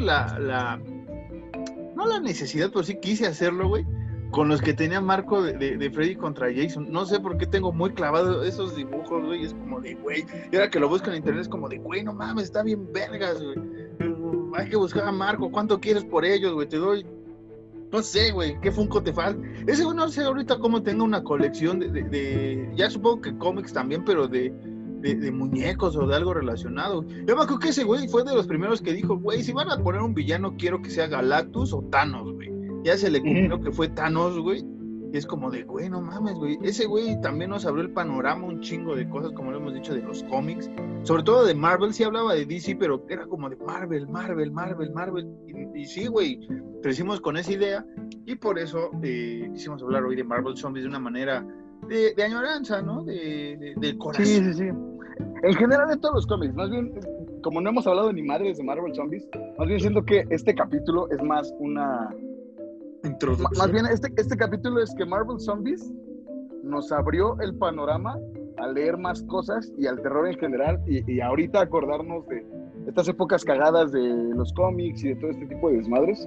no la necesidad, pero sí quise hacerlo, güey, con los que tenía Marco de Freddy contra Jason. No sé por qué tengo muy clavado esos dibujos, güey, es como de, güey, y ahora que lo busco en internet es como de, güey, no mames, está bien vergas, güey. Hay que buscar a Marco, ¿cuánto quieres por ellos, güey? Te doy, no sé, güey, ¿qué Funko te falta? Ese güey no sé ahorita cómo tenga una colección ya supongo que cómics también, pero de muñecos o de algo relacionado. Yo me acuerdo que ese güey fue de los primeros que dijo, güey, si van a poner un villano, quiero que sea Galactus o Thanos, güey. Ya se le cumplió que fue Thanos, güey. Y es como de, güey, no mames, güey. Ese güey también nos abrió el panorama un chingo de cosas, como lo hemos dicho, de los cómics. Sobre todo de Marvel, sí hablaba de DC, pero era como de Marvel. Y sí, güey, crecimos con esa idea. Y por eso quisimos hablar hoy de Marvel Zombies de una manera de añoranza, ¿no? Del corazón.
Sí. En general de todos los cómics, más bien, como no hemos hablado ni madres de Marvel Zombies, más bien siento que este capítulo es más una...
Introducción.
Más bien este capítulo es que Marvel Zombies nos abrió el panorama a leer más cosas y al terror en general y ahorita acordarnos de estas épocas cagadas de los cómics y de todo este tipo de desmadres.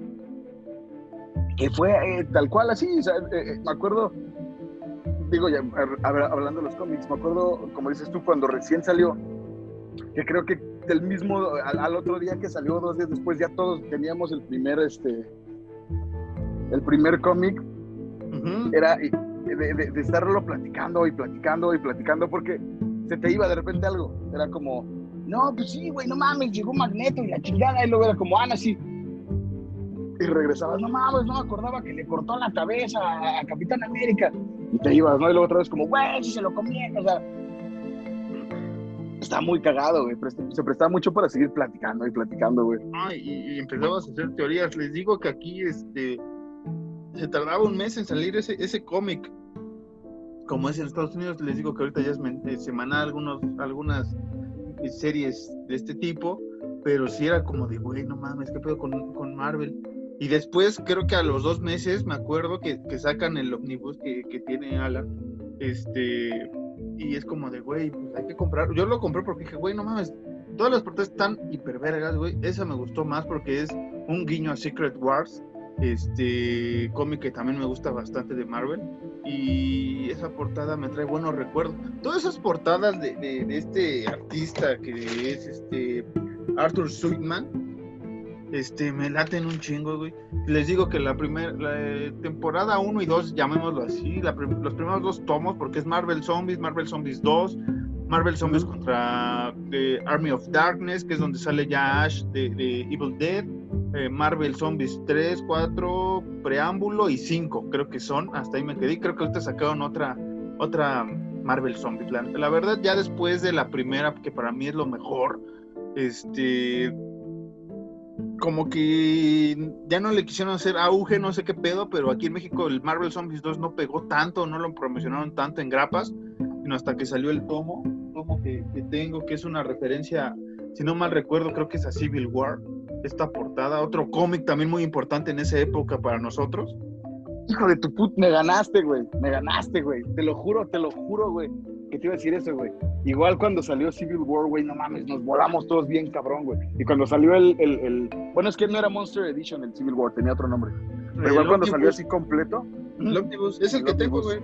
Que fue tal cual así, o sea, me acuerdo, digo ya, hablando de los cómics, me acuerdo, como dices tú, cuando recién salió, que creo que del mismo, al otro día que salió, 2 días después, ya todos teníamos el primer cómic.
Uh-huh.
Era de estarlo platicando, porque se te iba de repente algo, era como, no, pues sí, güey, no mames, llegó Magneto y la chingada, y luego era como, Ana, sí, y regresabas, no mames, no me acordaba que le cortó la cabeza a Capitán América, y te ibas, ¿no? Y luego otra vez como, güey, si se lo comían, o sea, está muy cagado, güey, se prestaba mucho para seguir platicando, güey.
Y empezabas a hacer teorías. Les digo que aquí se tardaba un mes en salir ese cómic. Como es en Estados Unidos, les digo que ahorita ya es semanal algunas series de este tipo, pero sí era como de, güey, no mames, ¿qué pedo con Marvel? Y después, creo que a los 2 meses, me acuerdo que sacan el Omnibus que tiene Alan, y es como de, güey, pues hay que comprar. Yo lo compré porque dije, güey, no mames, todas las portadas están hipervergas, güey. Esa me gustó más porque es un guiño a Secret Wars, cómic que también me gusta bastante de Marvel, y esa portada me trae buenos recuerdos. Todas esas portadas de este artista que es Arthur Sweetman, me laten un chingo, güey. Les digo que la temporada 1 y 2, llamémoslo así, los primeros 2 tomos, porque es Marvel Zombies 2, Marvel Zombies contra Army of Darkness, que es donde sale ya Ash de Evil Dead, Marvel Zombies 3, 4, preámbulo y 5, creo que son, hasta ahí me quedé. Creo que ahorita sacaron otra Marvel Zombies. La verdad, ya después de la primera, que para mí es lo mejor, como que ya no le quisieron hacer auge, no sé qué pedo, pero aquí en México el Marvel Zombies 2 no pegó tanto, no lo promocionaron tanto en grapas, sino hasta que salió el tomo que tengo, que es una referencia, si no mal recuerdo, creo que es a Civil War, esta portada, otro cómic también muy importante en esa época para nosotros.
Hijo de tu puta, me ganaste, güey, te lo juro, güey, que te iba a decir eso, güey. Igual cuando salió Civil War, güey, no mames, nos volamos todos bien cabrón, güey. Y cuando salió bueno, es que no era Monster Edition el Civil War, tenía otro nombre. Pero igual cuando salió así completo.
El Omnibus, es el que tengo, güey.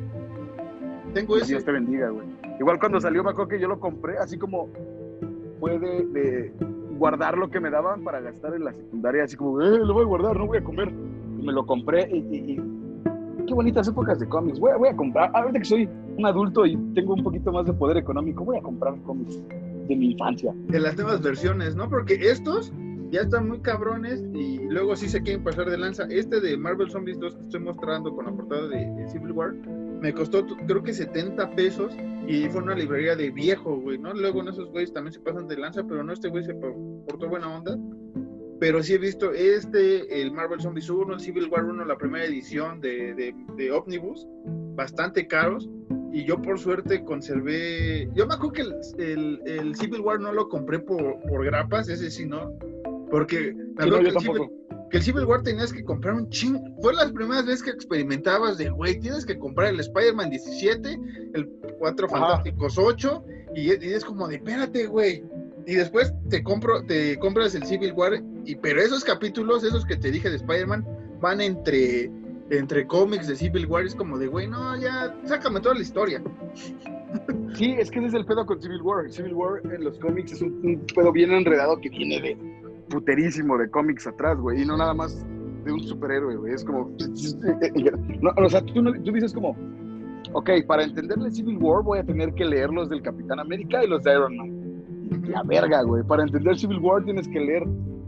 Tengo ese.
Dios te bendiga, güey. Igual cuando salió, me acuerdo que yo lo compré, así como fue de guardar lo que me daban para gastar en la secundaria, así como, lo voy a guardar, no voy a comer. Y me lo compré y qué bonitas épocas de cómics. Voy a comprar, ahorita que soy un adulto y tengo un poquito más de poder económico, voy a comprar cómics de mi infancia.
De las nuevas versiones, ¿no? Porque estos ya están muy cabrones y luego sí se quieren pasar de lanza. De Marvel Zombies 2 que estoy mostrando con la portada de Civil War, me costó creo que 70 pesos y fue una librería de viejo, güey, ¿no? Luego en esos güeyes también se pasan de lanza, pero no, este güey se portó buena onda. Pero sí he visto el Marvel Zombies 1, el Civil War 1, la primera edición de Omnibus, bastante caros, y yo por suerte conservé. Yo me acuerdo que el Civil War no lo compré por grapas, ese sí no, porque me acuerdo que el Civil War tenías que comprar un chingo. Fue las primeras veces que experimentabas de, güey, tienes que comprar el Spider-Man 17, el 4 Fantásticos 8, y es como de, espérate, güey. Y después te compras el Civil War, pero esos capítulos, esos que te dije de Spider-Man, van entre cómics de Civil War, es como de, güey, no, ya, sácame toda la historia.
Sí, es que ese es el pedo con Civil War. Civil War en los cómics es un pedo bien enredado que viene de puterísimo de cómics atrás, güey, y no nada más de un superhéroe, güey, es como... No, o sea, tú dices como, ok, para entenderle Civil War voy a tener que leer los del Capitán América y los de Iron Man. La verga, güey. Para entender Civil War tienes que leer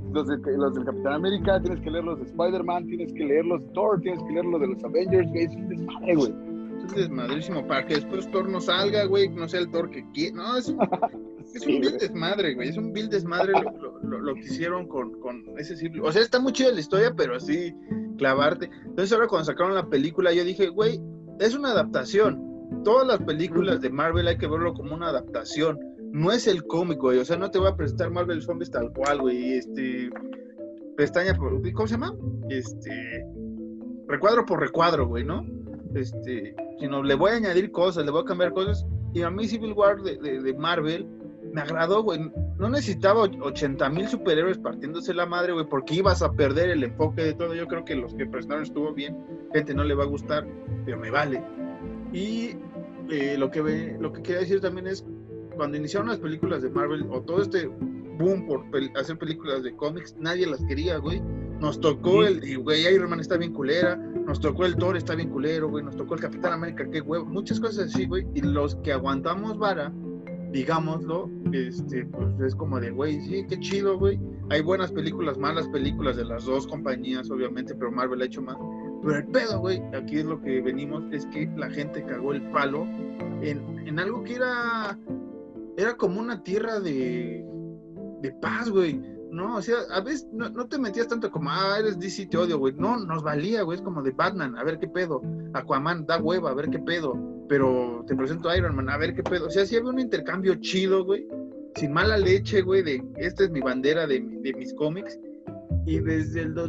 los del Capitán América, tienes que leer los de Spider-Man, tienes que leer los de Thor, tienes que leer los de los Avengers, güey, es un desmadre, güey.
Es un desmadrísimo para que después Thor no salga, güey, no sea el Thor que quiere. No, es un vil desmadre, güey. Es un vil desmadre lo que hicieron con ese ciclo. O sea, está muy chida la historia, pero así clavarte. Entonces ahora cuando sacaron la película yo dije, güey, es una adaptación. Todas las películas de Marvel hay que verlo como una adaptación. No es el cómic, güey. O sea, no te voy a presentar Marvel Zombies tal cual, güey. Pestaña por... ¿Cómo se llama? Recuadro por recuadro, güey, ¿no? Sino le voy a añadir cosas, le voy a cambiar cosas. Y a mí Civil War de Marvel me agradó, güey. No necesitaba 80,000 superhéroes partiéndose la madre, güey, porque ibas a perder el enfoque de todo. Yo creo que los que presentaron estuvo bien. Gente no le va a gustar, pero me vale. Y lo que quería decir también es, cuando iniciaron las películas de Marvel, o todo este boom por hacer películas de cómics, nadie las quería, güey. Nos tocó güey, Iron Man está bien culera, nos tocó el Thor está bien culero, güey, nos tocó el Capitán América, qué huevo, muchas cosas así, güey, y los que aguantamos vara, digámoslo, pues es como de, güey, sí, qué chido, güey, hay buenas películas, malas películas de las dos compañías, obviamente, pero Marvel ha hecho más, pero el pedo, güey, aquí es lo que venimos, es que la gente cagó el palo en algo que era como una tierra de paz, güey. No, o sea, a veces no te metías tanto como, eres DC, te odio, güey. No, nos valía, güey, es como de Batman, a ver qué pedo. Aquaman, da hueva, a ver qué pedo. Pero te presento a Iron Man, a ver qué pedo. O sea, sí había un intercambio chido, güey, sin mala leche, güey, de esta es mi bandera de mis cómics. Y desde el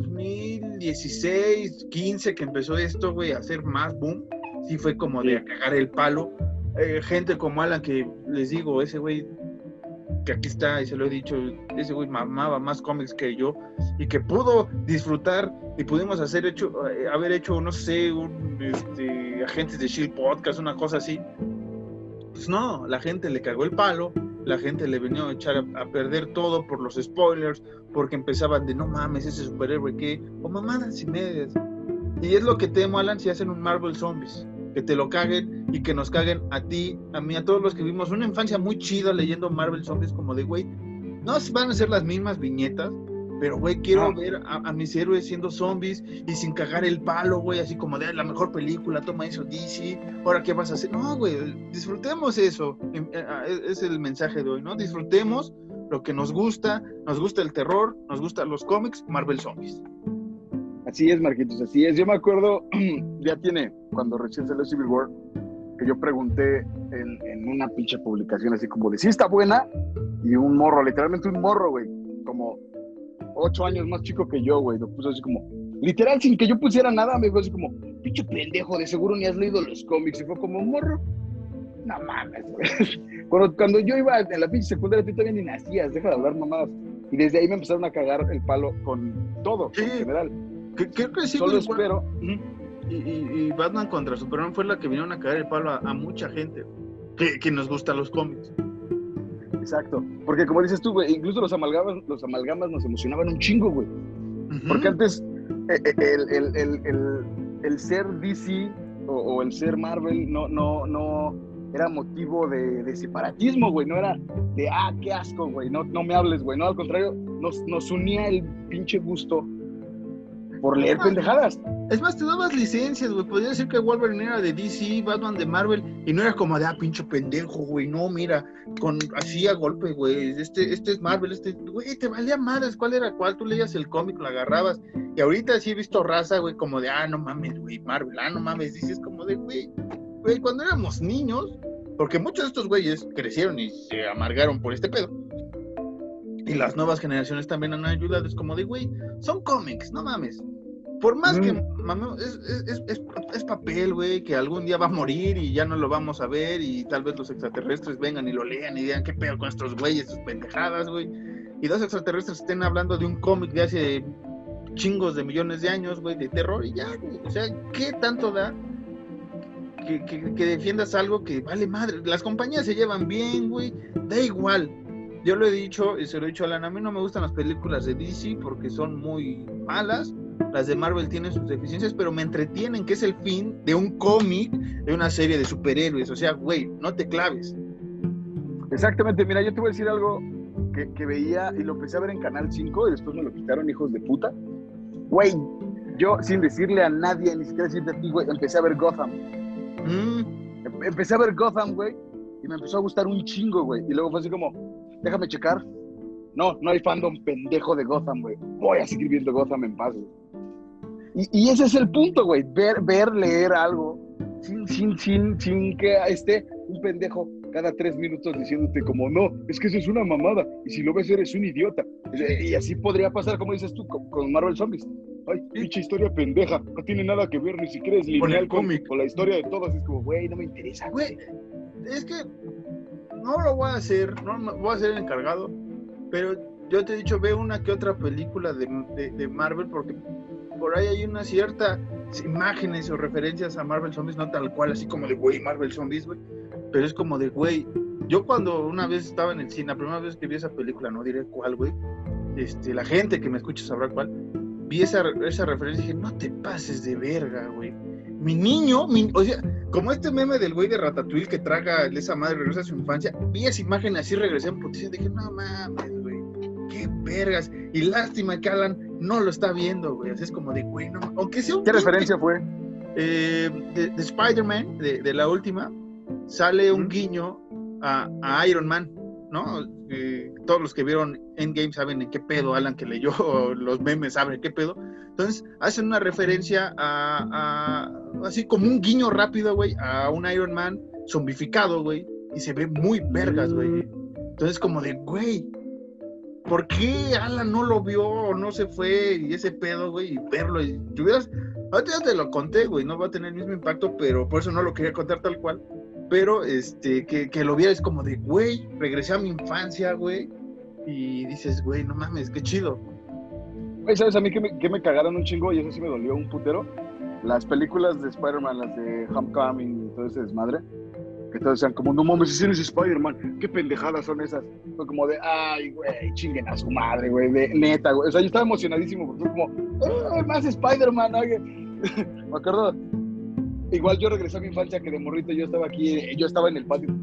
2016, 15 que empezó esto, güey, a hacer más boom, sí fue como de a cagar el palo. Gente como Alan, que les digo, ese güey que aquí está, y se lo he dicho, ese güey mamaba más cómics que yo, y que pudo disfrutar, y pudimos haber hecho, no sé, Agentes de S.H.I.E.L.D. podcast, una cosa así. Pues no, la gente le cagó el palo, la gente le venía a echar a perder todo por los spoilers, porque empezaban de, no mames, ese superhéroe que, o mamadas y medias. Y es lo que temo, Alan, si hacen un Marvel Zombies, que te lo caguen y que nos caguen a ti, a mí, a todos los que vivimos una infancia muy chida leyendo Marvel Zombies, como de, güey, no van a ser las mismas viñetas, pero, güey, quiero ver a mis héroes siendo zombies y sin cagar el palo, güey, así como de la mejor película, toma eso DC, ahora qué vas a hacer. No, güey, disfrutemos eso, es el mensaje de hoy, ¿no? Disfrutemos lo que nos gusta el terror, nos gustan los cómics, Marvel Zombies.
Así es, Marquitos, así es. Yo me acuerdo, ya tiene, cuando recién salió Civil War, que yo pregunté en una pinche publicación así como de, ¿sí está buena? Y un morro, literalmente un morro, güey, como 8 años más chico que yo, güey, lo puso así como, literal, sin que yo pusiera nada, me dijo así como, pinche pendejo, de seguro ni has leído los cómics. Y fue como, morro, no mames, güey. Cuando yo iba en la pinche secundaria, tú todavía ni nacías, deja de hablar mamadas. Y desde ahí me empezaron a cagar el palo con todo, en general.
Creo que sí,
solo espero.
Y Batman contra Superman fue la que vinieron a caer el palo a mucha gente que nos gustan los cómics.
Exacto, porque como dices tú, güey, incluso los amalgamas nos emocionaban un chingo, güey. Porque antes el ser DC o el ser Marvel no era motivo de separatismo, güey, no era de qué asco, güey, no me hables, güey, no, al contrario, nos unía el pinche gusto por leer pendejadas.
Es más, te dabas licencias, güey. Podría decir que Wolverine era de DC, Batman de Marvel, y no era como de, pinche pendejo, güey. No, mira, así a golpe, güey. Este es Marvel, güey, te valía madres, ¿cuál era cuál? Tú leías el cómic, lo agarrabas. Y ahorita sí he visto raza, güey, como de, no mames, güey, Marvel, no mames. Dices como de, güey, cuando éramos niños, porque muchos de estos güeyes crecieron y se amargaron por este pedo. Y las nuevas generaciones también han ayudado. Es como de, güey, son cómics, no mames. Por más que es papel, güey, que algún día va a morir y ya no lo vamos a ver, y tal vez los extraterrestres vengan y lo lean y digan qué pedo con estos güeyes, sus pendejadas, güey. Y dos extraterrestres estén hablando de un cómic de hace chingos de millones de años, güey, de terror, y ya, güey. O sea, ¿qué tanto da que defiendas algo que vale madre? Las compañías se llevan bien, güey, da igual. Yo lo he dicho y se lo he dicho a Alan, a mí no me gustan las películas de DC porque son muy malas. Las de Marvel tienen sus deficiencias, pero me entretienen, que es el fin de un cómic, de una serie de superhéroes. O sea, güey, no te claves.
Exactamente, mira, yo te voy a decir algo que veía y lo empecé a ver en Canal 5 y después me lo quitaron, hijos de puta. Güey, yo sin decirle a nadie, ni siquiera decirte a ti, güey, empecé a ver Gotham. Empecé a ver Gotham, güey, y me empezó a gustar un chingo, güey. Y luego fue así como, déjame checar. No hay fandom pendejo de Gotham, güey. Voy a seguir viendo Gotham en paz, güey. Y ese es el punto, güey. Ver, leer algo sin que esté un pendejo cada 3 minutos diciéndote como, no, es que eso es una mamada. Y si lo ves, eres un idiota. Y así podría pasar, como dices tú, con Marvel Zombies. Ay, pinche historia pendeja. No tiene nada que ver, ni siquiera es lineal con la historia de todos. Es como, güey, no me interesa.
Güey, es que no lo voy a hacer, no voy a ser el encargado. Pero yo te he dicho, ve una que otra película de Marvel, porque por ahí hay unas ciertas imágenes o referencias a Marvel Zombies, no tal cual, así como de, güey, Marvel Zombies, güey. Pero es como de, güey, yo cuando una vez estaba en el cine, la primera vez que vi esa película, no diré cuál, güey, la gente que me escucha sabrá cuál, vi esa referencia y dije, no te pases de verga, güey. Mi niño, o sea, como este meme del güey de Ratatouille que traga esa madre, regresa a su infancia, vi esa imagen así, regresé en puticia y dije, no mames, güey, qué vergas. Y lástima que Alan no lo está viendo, güey, así es como de, güey, no, aunque sea un...
¿Qué referencia fue?
De Spider-Man, de la última, sale un guiño a Iron Man, ¿no? Todos los que vieron Endgame saben en qué pedo, Alan que leyó los memes sabe qué pedo. Entonces hacen una referencia así como un guiño rápido, güey, a un Iron Man zombificado, güey, y se ve muy vergas, güey. Entonces como de, güey, ¿por qué Alan no lo vio o no se fue y ese pedo, güey, y verlo? Y ahorita ya te lo conté, güey, no va a tener el mismo impacto, pero por eso no lo quería contar tal cual. Pero que lo vieras como de, güey, regresé a mi infancia, güey, y dices, güey, no mames, qué chido.
Güey, ¿sabes a mí que me cagaron un chingo y eso sí me dolió un putero? Las películas de Spider-Man, las de Homecoming y todo ese desmadre, que todos decían como, no mames, ese no es Spider-Man, qué pendejadas son esas. Fue como de, ay, güey, chinguen a su madre, güey, de neta, güey. O sea, yo estaba emocionadísimo porque fue como, más Spider-Man, oye. Me acuerdo, igual yo regresé a mi infancia que de morrito yo estaba aquí, yo estaba en el patio.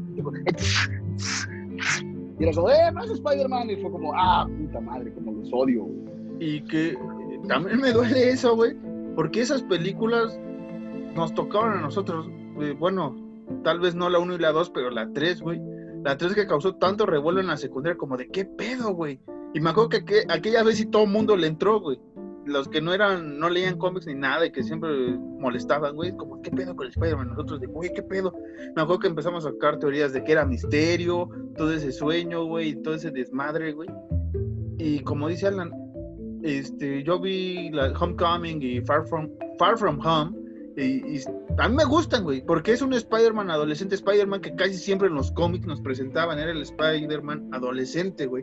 Y era como, más Spider-Man. Y fue como, puta madre, como los odio, güey.
Y que también me duele eso, güey, porque esas películas nos tocaron a nosotros, bueno, tal vez no la 1 y la 2, pero la 3, güey. La 3 que causó tanto revuelo en la secundaria como de, ¿qué pedo, güey? Y me acuerdo que aquella vez sí todo el mundo le entró, güey. Los que no leían cómics ni nada y que siempre molestaban, güey, como, ¿qué pedo con el Spider-Man? Nosotros de, güey, ¿qué pedo? Me acuerdo que empezamos a sacar teorías de que era misterio, todo ese sueño, güey, todo ese desmadre, güey. Y como dice Alan, yo vi la Homecoming y Far From Home y a mí me gustan, güey, porque es un Spider-Man adolescente, Spider-Man que casi siempre en los cómics nos presentaban, era el Spider-Man adolescente, güey.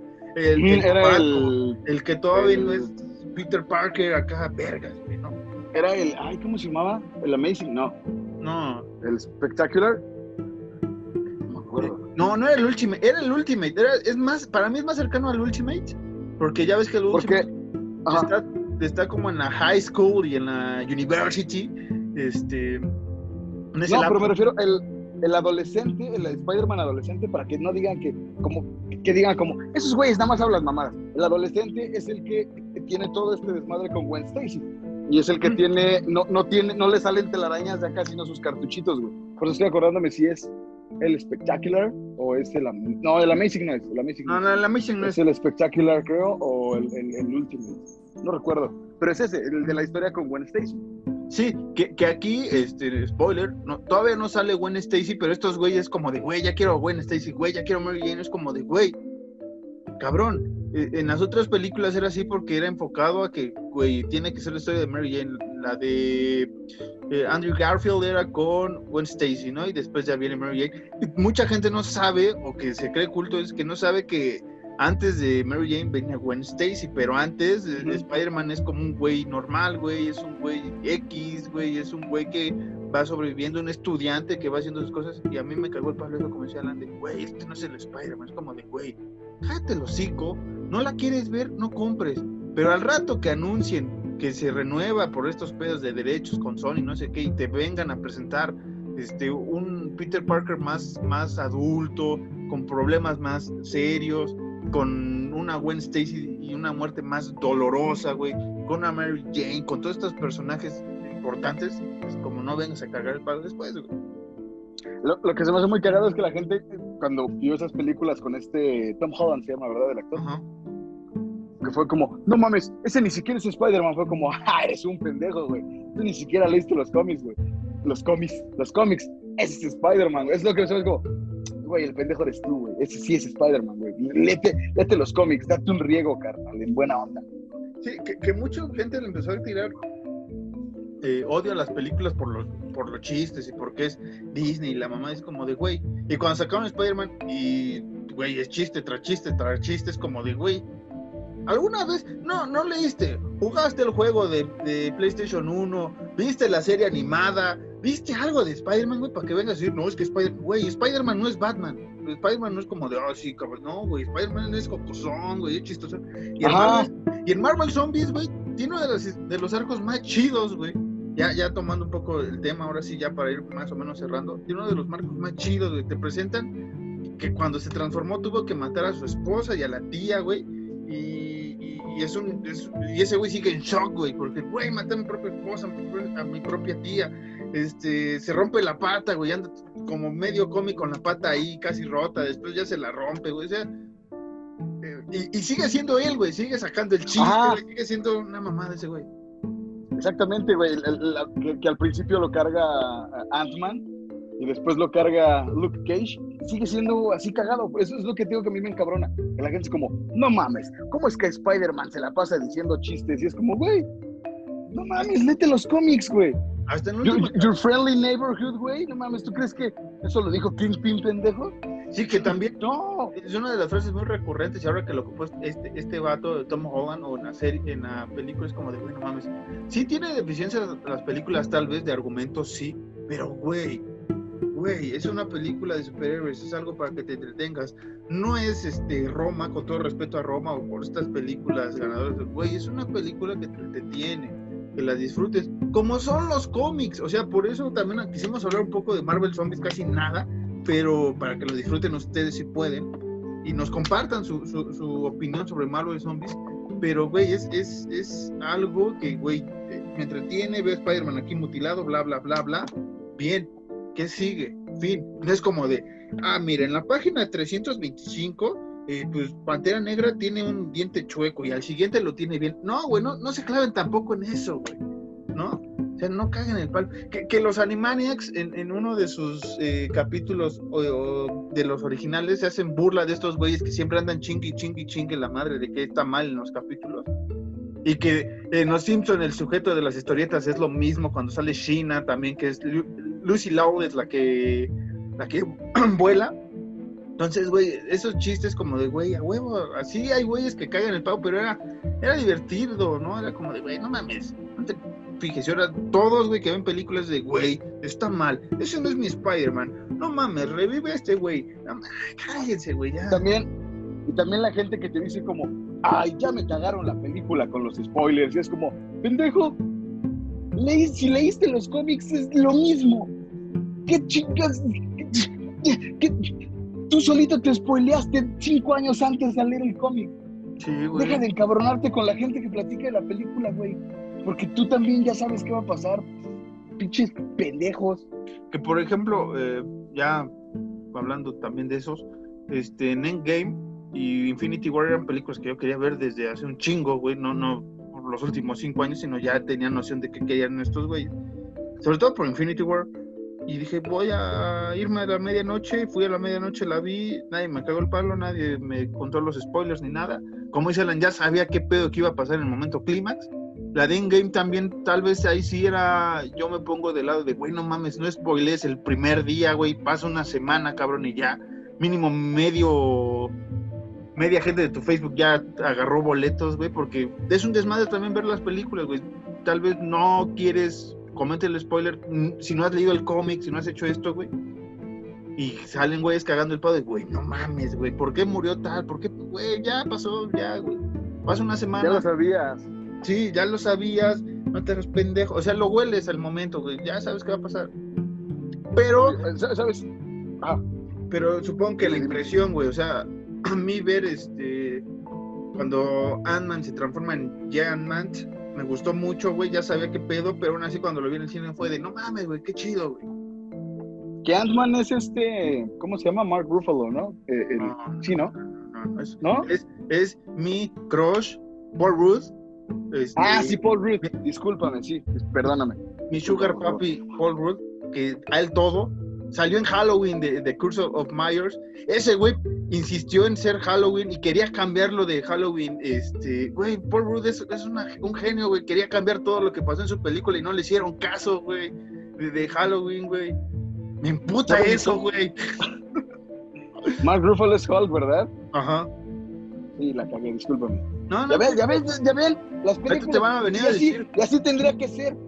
El que todavía no es Peter Parker acá, vergas, güey, ¿no?
Era ¿cómo se llamaba? El Amazing, no. El Spectacular. No me acuerdo.
No era el Ultimate, era el Ultimate, es más, para mí es más cercano al Ultimate, porque ya ves que el Ultimate está como en la high school y en la university,
pero me refiero el adolescente, el Spider-Man adolescente, para que no digan que digan como, esos güeyes nada más hablan mamadas. El adolescente es el que tiene todo este desmadre con Gwen Stacy. Y es el que no le salen telarañas de acá, sino sus cartuchitos, güey. Por eso estoy acordándome si es el Spectacular o es el Amazing no es.
El Amazing no
es el Spectacular, creo, o el Ultimate. No recuerdo. Pero es ese, el de la historia con Gwen Stacy.
Sí, que aquí, spoiler, todavía no sale Gwen Stacy, pero estos güeyes como de, güey, ya quiero Gwen Stacy, güey, ya quiero Mary Jane, es como de, güey, cabrón. En las otras películas era así porque era enfocado a que, güey, tiene que ser la historia de Mary Jane. La de Andrew Garfield era con Gwen Stacy, ¿no? Y después ya viene Mary Jane. Y mucha gente no sabe, o que se cree culto, es que no sabe que antes de Mary Jane venía Gwen Stacy, pero antes Spider-Man es como un güey normal, güey, es un güey X, güey, es un güey que va sobreviviendo, un estudiante que va haciendo sus cosas, y a mí me cagó el palo eso, como decía Alan, de, güey, no es el Spider-Man, es como de, güey, cállate el hocico, no la quieres ver, no compres, pero al rato que anuncien que se renueva por estos pedos de derechos con Sony, no sé qué, y te vengan a presentar un Peter Parker más adulto, con problemas más serios, con una Gwen Stacy y una muerte más dolorosa, güey, con una Mary Jane, con todos estos personajes importantes, pues como no vengas a cargar el palo después, güey.
Lo que se me hace muy cagado es que la gente, cuando vio esas películas con Tom Holland, se llama, ¿verdad? El actor.
Ajá.
Que fue como, no mames, ese ni siquiera es Spider-Man. Fue como, eres un pendejo, güey. Tú ni siquiera leíste los cómics, güey. Los cómics. Ese es Spider-Man, güey. Es lo que se ve como, güey, el pendejo eres tú, güey. Ese sí es Spider-Man, güey. Léete los cómics, date un riego, carnal, en buena onda.
Sí, que mucha gente le empezó a tirar odio a las películas por los chistes y porque es Disney y la mamá es como de güey. Y cuando sacaron Spider-Man y güey, es chiste tras chiste tras chiste, es como de güey. ¿Alguna vez no leíste? ¿Jugaste el juego de PlayStation 1? ¿Viste la serie animada? ¿Viste algo de Spider-Man, güey? Para que vengas a decir, no, es que Spider-Man no es Batman. Spider-Man no es como de, sí, cabrón. No, güey, Spider-Man es cocosón, güey, es chistoso. Y en Marvel Zombies, güey, tiene uno de los arcos más chidos, güey. Ya tomando un poco el tema, ahora sí, ya para ir más o menos cerrando. Tiene uno de los marcos más chidos, güey. Te presentan que cuando se transformó tuvo que matar a su esposa y a la tía, güey. Y ese güey sigue en shock, güey, porque, güey, maté a mi propia esposa, a mi propia tía, se rompe la pata, güey, anda como medio cómico con la pata ahí casi rota, después ya se la rompe, güey, o sea, y sigue siendo él, güey, sigue sacando el chiste, sigue siendo una mamada ese güey.
Exactamente, güey, que al principio lo carga Ant-Man y después lo carga Luke Cage, sigue siendo así cagado. Eso es lo que digo que a mí me encabrona. Que la gente es como, no mames, ¿cómo es que Spider-Man se la pasa diciendo chistes? Y es como, güey, no mames, léete los cómics, güey.
Hasta en último...
Your Friendly Neighborhood, güey, no mames, ¿tú crees que eso lo dijo Kingpin, pendejo?
Sí, que también
no.
Es una de las frases muy recurrentes y ahora que lo ocupó este vato de Tom Holland o en la película es como de, güey, no mames. Sí tiene deficiencias las películas tal vez de argumentos, sí, pero güey, es una película de superhéroes, es algo para que te entretengas. No es Roma, con todo respeto a Roma o por estas películas ganadoras, güey, es una película que te entretiene, que la disfrutes, como son los cómics. O sea, por eso también quisimos hablar un poco de Marvel Zombies, casi nada, pero para que lo disfruten ustedes si pueden y nos compartan su opinión sobre Marvel Zombies. Pero, güey, es algo que, güey, me entretiene, veo a Spider-Man aquí mutilado, bla, bla, bla, bla. Bien, ¿qué sigue? Fin. No es como de, mira, en la página 325, pues Pantera Negra tiene un diente chueco y al siguiente lo tiene bien. No, güey, no se claven tampoco en eso, güey, ¿no? O sea, no caguen el palo. Que los Animaniacs en uno de sus capítulos o de los originales se hacen burla de estos güeyes que siempre andan chingue la madre de que está mal en los capítulos. Y que en Los Simpson el sujeto de las historietas es lo mismo cuando sale Sheena también, que es Lucy Loud, es la que vuela. Entonces, güey, esos chistes como de, güey, a huevo, así hay güeyes que cagan el pavo, pero era divertido, ¿no? Era como de, güey, no mames, no te fijes. Y ahora todos, güey, que ven películas de, güey, está mal, ese no es mi Spider-Man, no mames, revive a este güey, no, cállense, güey, ya.
Y también la gente que te dice como, ya me cagaron la película con los spoilers, y es como, pendejo, si leíste los cómics es lo mismo. ¿Qué chingas? Tú solito te spoileaste 5 años antes de leer el cómic.
Sí, güey.
Deja de encabronarte con la gente que platica de la película, güey. Porque tú también ya sabes qué va a pasar. Pinches pendejos.
Que por ejemplo, ya hablando también de esos, en Endgame y Infinity War eran películas que yo quería ver desde hace un chingo, güey. No por los últimos 5 años, sino ya tenía noción de qué querían estos güeyes. Sobre todo por Infinity War. Y dije, voy a irme a la medianoche. Fui a la medianoche, la vi, nadie me cagó el palo, nadie me contó los spoilers ni nada. Como dice Alan, ya sabía qué pedo que iba a pasar en el momento clímax. La de Endgame también, tal vez ahí sí era, yo me pongo del lado de, güey, no mames, no spoilees el primer día, güey, pasa una semana, cabrón, y ya, mínimo media gente de tu Facebook ya agarró boletos, güey, porque es un desmadre también ver las películas, güey. Tal vez no quieres, comete el spoiler, si no has leído el cómic, si no has hecho esto, güey, y salen güeyes cagando el pavo de, güey, no mames, güey, ¿por qué murió tal? ¿Por qué, güey? Ya pasó, ya, güey, pasa una semana.
Ya lo sabías.
Sí, ya lo sabías, no te eres pendejo, o sea, lo hueles al momento, güey, ya sabes qué va a pasar. Pero,
¿sabes?
Pero supongo que la impresión, güey, o sea, a mí ver cuando Ant-Man se transforma en Giant-Man, me gustó mucho, güey, ya sabía qué pedo, pero aún así cuando lo vi en el cine fue de, no mames, güey, qué chido, güey.
Que Ant-Man es ¿cómo se llama? Mark Ruffalo, ¿no? Sí, ¿no?
No, es mi crush, Paul Rudd.
Sí, Paul Rudd, discúlpame, sí, perdóname.
Mi sugar papi, Paul Rudd, que a él todo, salió en Halloween de Curse of Myers. Ese güey insistió en ser Halloween y quería cambiarlo de Halloween. Güey, Paul Rudd es un genio, güey. Quería cambiar todo lo que pasó en su película y no le hicieron caso, güey, de Halloween, güey. Me emputa eso, güey.
Mark Ruffalo es Hulk, ¿verdad?
Ajá.
Sí, la cagué, discúlpame.
No,
ya ven, las películas
te van a venir a decir.
Y así tendría que ser.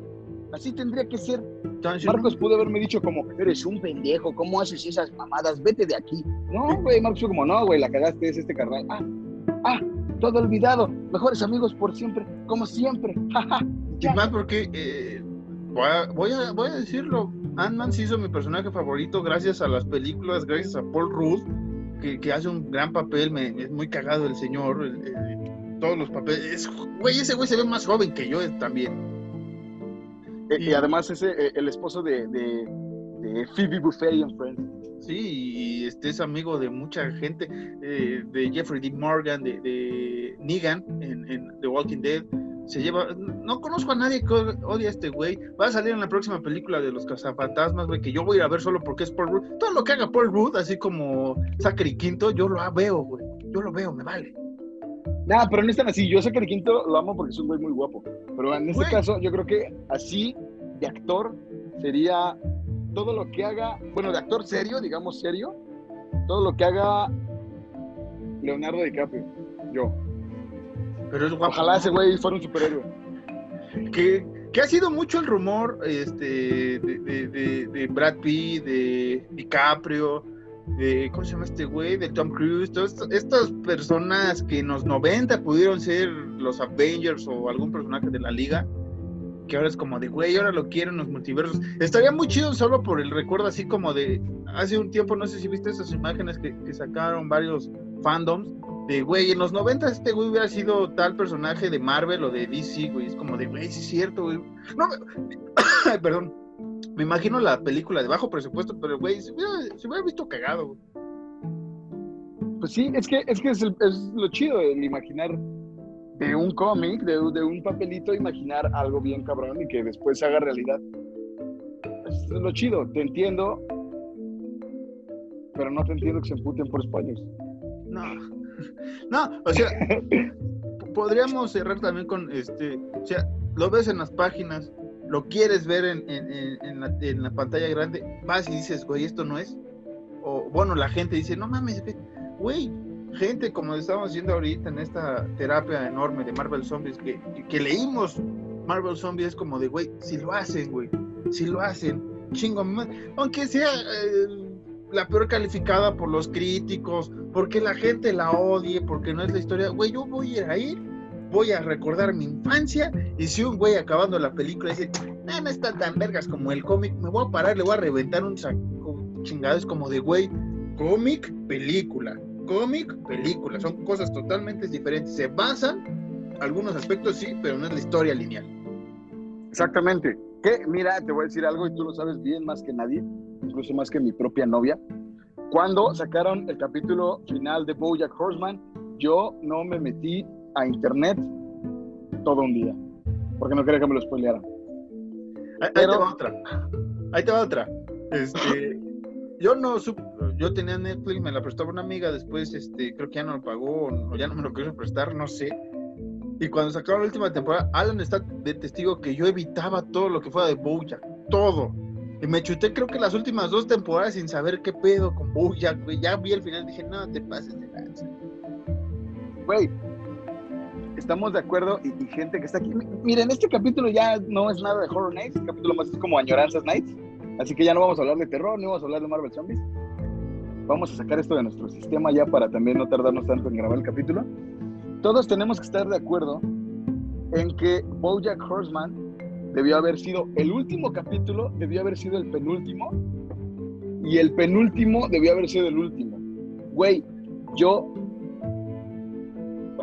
Marcos pudo haberme dicho como, eres un pendejo, ¿cómo haces esas mamadas? Vete de aquí. No, güey, Marcos fue como, no, güey, la cagaste, es este carnal. Todo olvidado, mejores amigos por siempre, como siempre.
Y más porque, voy a decirlo, Ant-Man se hizo mi personaje favorito gracias a las películas, gracias a Paul Rudd, que hace un gran papel, es muy cagado el señor, todos los papeles, güey, ese güey se ve más joven que yo también.
Y además es el esposo de Phoebe Buffet en Friends.
Sí, y es amigo de mucha gente, de Jeffrey Dean Morgan, de Negan en The Walking Dead. No conozco a nadie que odie a este güey. Va a salir en la próxima película de los cazafantasmas, güey, que yo voy a ir a ver solo porque es Paul Rudd. Todo lo que haga Paul Rudd, así como Zachary Quinto, yo lo veo, güey. Yo lo veo, me vale.
Pero no es tan así. Yo Zachary Quinto lo amo porque es un güey muy guapo. Pero en este caso, yo creo que así, de actor, sería todo lo que haga, bueno, de actor serio, digamos serio, todo lo que haga Leonardo DiCaprio. Yo.
Pero es guapo.
Ojalá ese güey fuera un superhéroe.
Que ha sido mucho el rumor de Brad Pitt, de DiCaprio, de, ¿cómo se llama este güey? De Tom Cruise, todas estas personas que en los 90 pudieron ser los Avengers o algún personaje de la liga, que ahora es como de, güey, ahora lo quieren los multiversos. Estaría muy chido solo por el recuerdo así como de, hace un tiempo, no sé si viste esas imágenes que sacaron varios fandoms, de, güey, en los 90 este güey hubiera sido tal personaje de Marvel o de DC, güey, es como de, güey, sí es cierto, güey. No, perdón, me imagino la película de bajo presupuesto, pero, güey, se hubiera visto cagado, güey.
Pues sí, es que es lo chido, el imaginar de un cómic, de un papelito, imaginar algo bien cabrón y que después se haga realidad. Es lo chido, te entiendo, pero no te entiendo que se emputen por españoles.
No, o sea, podríamos cerrar también con o sea, lo ves en las páginas, lo quieres ver en la pantalla grande, vas y dices, güey, esto no es. O bueno, la gente dice, no mames, güey, gente como estamos haciendo ahorita en esta terapia enorme de Marvel Zombies, que leímos Marvel Zombies, es como de, güey, si lo hacen, chingo, aunque sea la peor calificada por los críticos, porque la gente la odie, porque no es la historia, güey, yo voy a ir ahí, voy a recordar mi infancia, y si un güey acabando la película dice, no está tan vergas como el cómic, me voy a parar, le voy a reventar un saco chingados como de, güey, cómic, película, son cosas totalmente diferentes, se basan, algunos aspectos sí, pero no es la historia lineal.
Exactamente, que mira, te voy a decir algo y tú lo sabes bien más que nadie, incluso más que mi propia novia. Cuando sacaron el capítulo final de BoJack Horseman, yo no me metí a internet todo un día, porque no quería que me lo spoilearan.
Ahí te va otra. Yo tenía Netflix, me la prestaba una amiga, después creo que ya no lo pagó, o ya no me lo quiso prestar, no sé. Y cuando sacaron la última temporada, Alan está de testigo que yo evitaba todo lo que fuera de BoJack, todo. Y me chuté creo que las últimas 2 temporadas sin saber qué pedo con BoJack, güey. Ya vi el final y dije, no te pases de lanza.
Güey, estamos de acuerdo y gente que está aquí. Miren, este capítulo ya no es nada de Horror Nights, este capítulo más es como Añoranzas Nights. Así que ya no vamos a hablar de terror, ni vamos a hablar de Marvel Zombies. Vamos a sacar esto de nuestro sistema ya para también no tardarnos tanto en grabar el capítulo. Todos tenemos que estar de acuerdo en que BoJack Horseman debió haber sido el último capítulo, debió haber sido el penúltimo, y el penúltimo debió haber sido el último. Güey, yo, por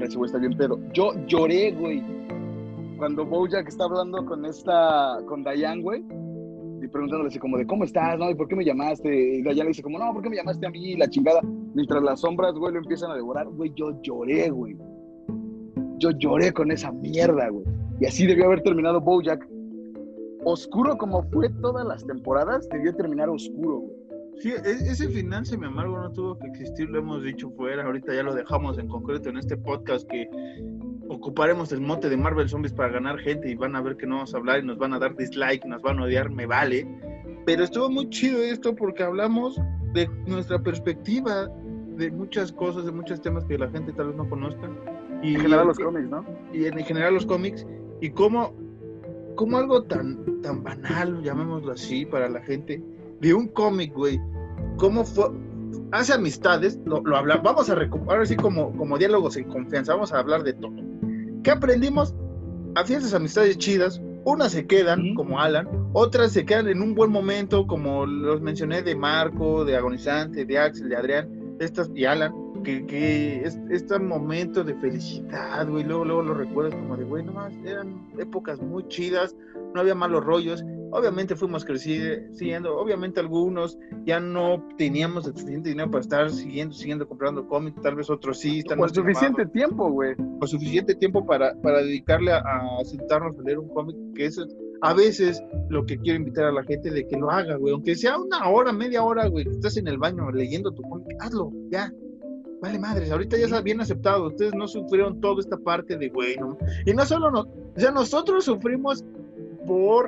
ese güey está bien pedo. Yo lloré, güey, cuando Bojack está hablando con Diane, güey, y preguntándole así como de, ¿cómo estás, no? ¿Y por qué me llamaste? Y Diane le dice como, no, ¿por qué me llamaste a mí? La chingada. Mientras las sombras, güey, lo empiezan a devorar, güey, yo lloré, güey. Yo lloré con esa mierda, güey. Y así debió haber terminado Bojack. Oscuro como fue todas las temporadas, debió terminar oscuro, güey.
Sí, ese final semi-amargo no tuvo que existir, lo hemos dicho fuera, ahorita ya lo dejamos en concreto en este podcast que ocuparemos el mote de Marvel Zombies para ganar gente y van a ver que no vamos a hablar y nos van a dar dislike, nos van a odiar, me vale. Pero estuvo muy chido esto porque hablamos de nuestra perspectiva de muchas cosas, de muchos temas que la gente tal vez no conozca. Y
en general los cómics, ¿no?
Y en general los cómics y cómo algo tan banal, llamémoslo así, para la gente, de un cómic, güey, cómo fue, hace amistades, lo habla, vamos a recuperar así como diálogos en confianza, vamos a hablar de todo. ¿Qué aprendimos? Hacía esas amistades chidas, unas se quedan, como Alan, otras se quedan en un buen momento, como los mencioné de Marco, de Agonizante, de Axel, de Adrián, y Alan, que es este momento de felicidad, güey, luego lo recuerdas como de, güey, nomás, eran épocas muy chidas, no había malos rollos, obviamente fuimos creciendo, obviamente algunos ya no teníamos el suficiente dinero para estar siguiendo comprando cómics, tal vez otros sí, están
por suficiente tiempo, güey.
Por suficiente tiempo para dedicarle a sentarnos a leer un cómic, que eso es a veces lo que quiero invitar a la gente de que lo haga, güey, aunque sea una hora, media hora, güey, que estás en el baño leyendo tu cómic, hazlo, ya. Vale madres, ahorita ya está bien aceptado, ustedes no sufrieron toda esta parte de güey, ¿no? Y no solo o sea, nosotros sufrimos por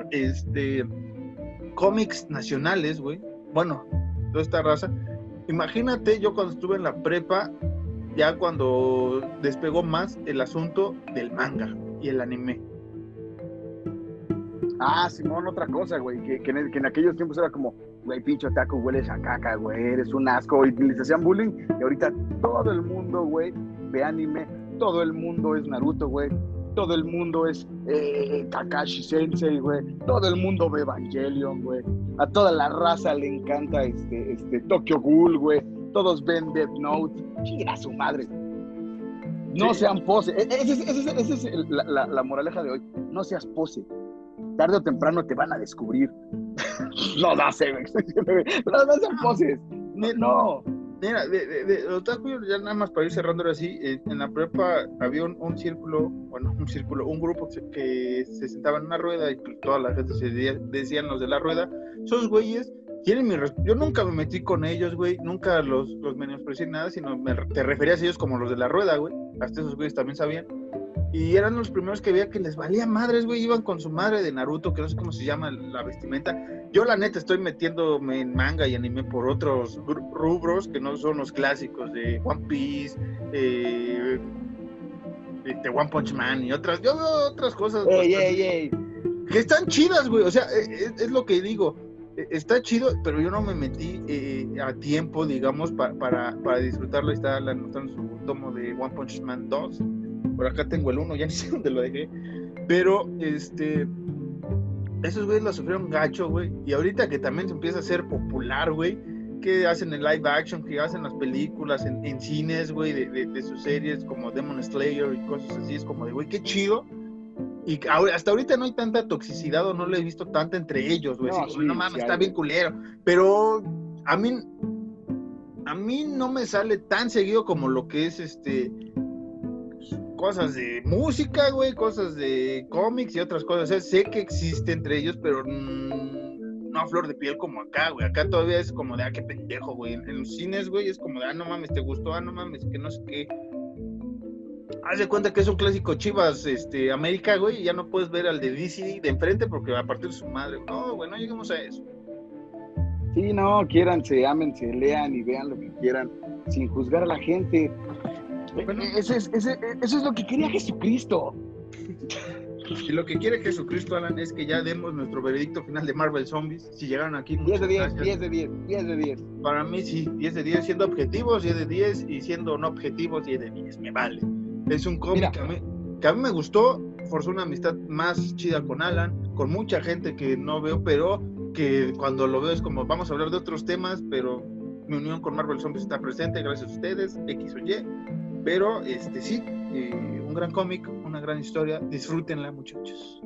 cómics nacionales, güey. Bueno, toda esta raza. Imagínate yo cuando estuve en la prepa, ya cuando despegó más el asunto del manga y el anime.
Ah, Simón, otra cosa, güey, que en aquellos tiempos era como, güey, pinche otaku, hueles a caca, güey, eres un asco, y les hacían bullying, y ahorita todo el mundo, güey, ve anime, todo el mundo es Naruto, güey, todo el mundo es Kakashi Sensei, güey, todo el mundo ve Evangelion, güey, a toda la raza le encanta Tokyo Ghoul, güey, todos ven Death Note, ¡chira su madre! No sean pose, esa es la moraleja de hoy, no seas pose. Tarde o temprano te van a descubrir. No sean poses. No.
Mira, de otaku, ya nada más para ir cerrando ahora sí, en la prepa había un grupo que se sentaba en una rueda y pues toda la gente decían los de la rueda, esos güeyes tienen yo nunca me metí con ellos, güey, nunca los menosprecié nada, sino te referías a ellos como los de la rueda, güey, hasta esos güeyes también sabían. Y eran los primeros que veía que les valía madres, güey, iban con su madre de Naruto, que no sé cómo se llama la vestimenta. Yo la neta estoy metiéndome en manga y anime por otros rubros que no son los clásicos de One Piece, de One Punch Man y otras cosas.
Ey.
Que están chidas, güey, o sea, es lo que digo, está chido, pero yo no me metí a tiempo, digamos, para disfrutarlo. Está mostrando su tomo de One Punch Man 2. Por acá tengo el 1, ya ni sé dónde lo dejé. Pero, esos güeyes la sufrieron gacho, güey. Y ahorita que también se empieza a hacer popular, güey, que hacen el live action, que hacen las películas en cines, güey, de sus series como Demon Slayer y cosas así, es como de, güey, qué chido. Y hasta ahorita no hay tanta toxicidad o no lo he visto tanta entre ellos, güey. No mames, está bien culero. Pero a mí no me sale tan seguido como lo que es cosas de música, güey, cosas de cómics y otras cosas. O sea, sé que existe entre ellos, pero no a flor de piel como acá, güey. Acá todavía es como de, qué pendejo, güey. En los cines, güey, es como de, no mames, ¿te gustó? No mames, que no sé qué. Haz de cuenta que es un clásico Chivas, América, güey, y ya no puedes ver al de DC de enfrente porque va a partir su madre. No, güey, no lleguemos a eso.
Sí, no, quiéranse, ámense, lean y vean lo que quieran, sin juzgar a la gente. Bueno, eso es lo que quería Jesucristo.
Y lo que quiere Jesucristo, Alan, es que ya demos nuestro veredicto final de Marvel Zombies. Si llegaron aquí,
10 de 10.
Para mí sí, 10 de 10, siendo objetivos, 10 de 10, y siendo no objetivos, 10 de 10, me vale. Es un cómic que a mí me gustó, forzó una amistad más chida con Alan, con mucha gente que no veo, pero que cuando lo veo es como, vamos a hablar de otros temas, pero mi unión con Marvel Zombies está presente, gracias a ustedes, X o Y. Pero, sí, un gran cómic, una gran historia, disfrútenla, muchachos.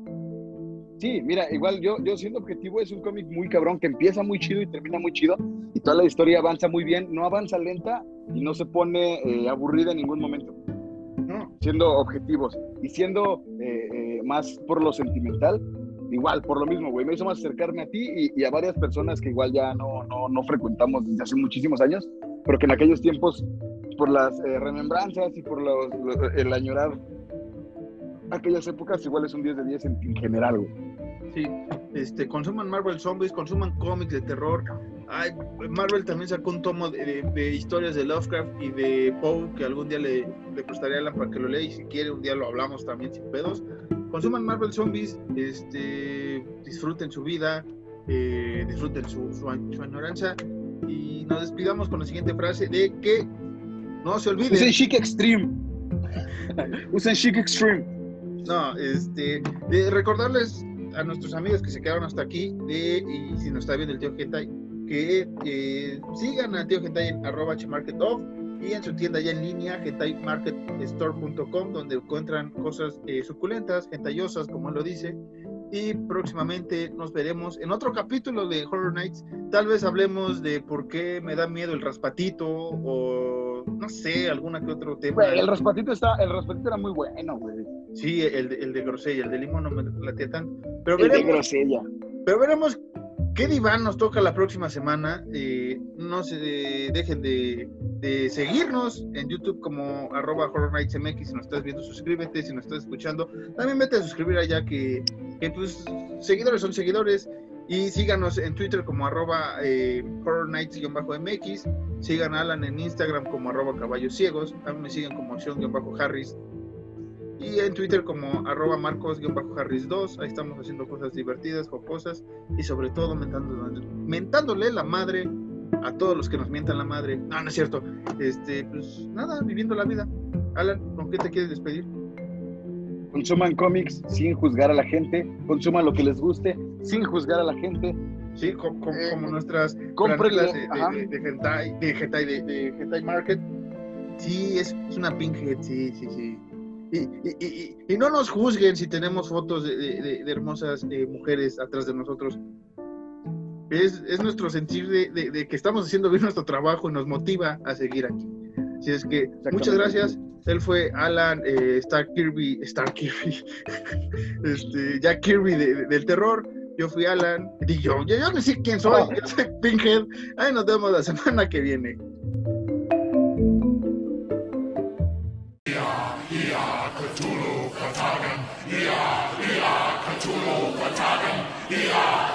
Sí, mira, igual yo siendo objetivo, es un cómic muy cabrón, que empieza muy chido y termina muy chido, y toda la historia avanza muy bien, no avanza lenta y no se pone aburrida en ningún momento.
No.
Siendo objetivos y siendo más por lo sentimental, igual, por lo mismo, güey, me hizo más acercarme a ti y a varias personas que igual ya no frecuentamos desde hace muchísimos años, pero que en aquellos tiempos, por las remembranzas y por el añorar aquellas épocas, igual es un 10 de 10 en general, güey.
Sí, consuman Marvel Zombies, consuman cómics de terror. Ay, Marvel también sacó un tomo de historias de Lovecraft y de Poe que algún día le prestaría a Alan para que lo lea, y si quiere un día lo hablamos también sin pedos. Consuman Marvel Zombies, disfruten su vida, disfruten su añoranza, y nos despidamos con la siguiente frase de que no se olviden.
Usen Chic Extreme. Usen Chic Extreme.
No, de recordarles a nuestros amigos que se quedaron hasta aquí, y si nos está viendo el tío Hentai, que sigan al tío Hentai en @hmarketoff y en su tienda ya en línea, hentaimarketstore.com, donde encuentran cosas suculentas, hentaiosas, como él lo dice. Y próximamente nos veremos en otro capítulo de Horror Nights. Tal vez hablemos de por qué me da miedo el raspatito, o no sé, alguna que otro tema.
Güey, el raspatito era muy bueno, güey.
Sí, el de grosella, el de limón no me latía tanto. Pero
el de grosella.
Pero veremos qué diván nos toca la próxima semana. No se dejen de seguirnos en YouTube como @HorrorNightsMX. Si nos estás viendo, suscríbete. Si nos estás escuchando, también vete a suscribir allá, que pues seguidores son seguidores. Y síganos en Twitter como @HorrorNights_MX. Sigan a Alan en Instagram como @caballosciegos. A mí me siguen como Sean_Harris. Y en Twitter como @Marcos_Harris2. Ahí estamos haciendo cosas divertidas, jocosas, y sobre todo mentándole la madre a todos los que nos mientan la madre. No es cierto. Pues nada, viviendo la vida. Alan, ¿con qué te quieres despedir?
Consuman cómics sin juzgar a la gente, consuman lo que les guste sin juzgar a la gente.
Sí, como nuestras
cómprenle
de Hentai Market. Sí, es una pinhead, sí. Y no nos juzguen si tenemos fotos de hermosas mujeres atrás de nosotros. Es nuestro sentir de que estamos haciendo bien nuestro trabajo y nos motiva a seguir aquí. Así es que muchas gracias. Él fue Alan Jack Kirby del terror. Yo fui Alan. Yo no sé quién soy. Yo soy Pinhead. Ahí nos vemos la semana que viene.
Cthulhu Vertagen,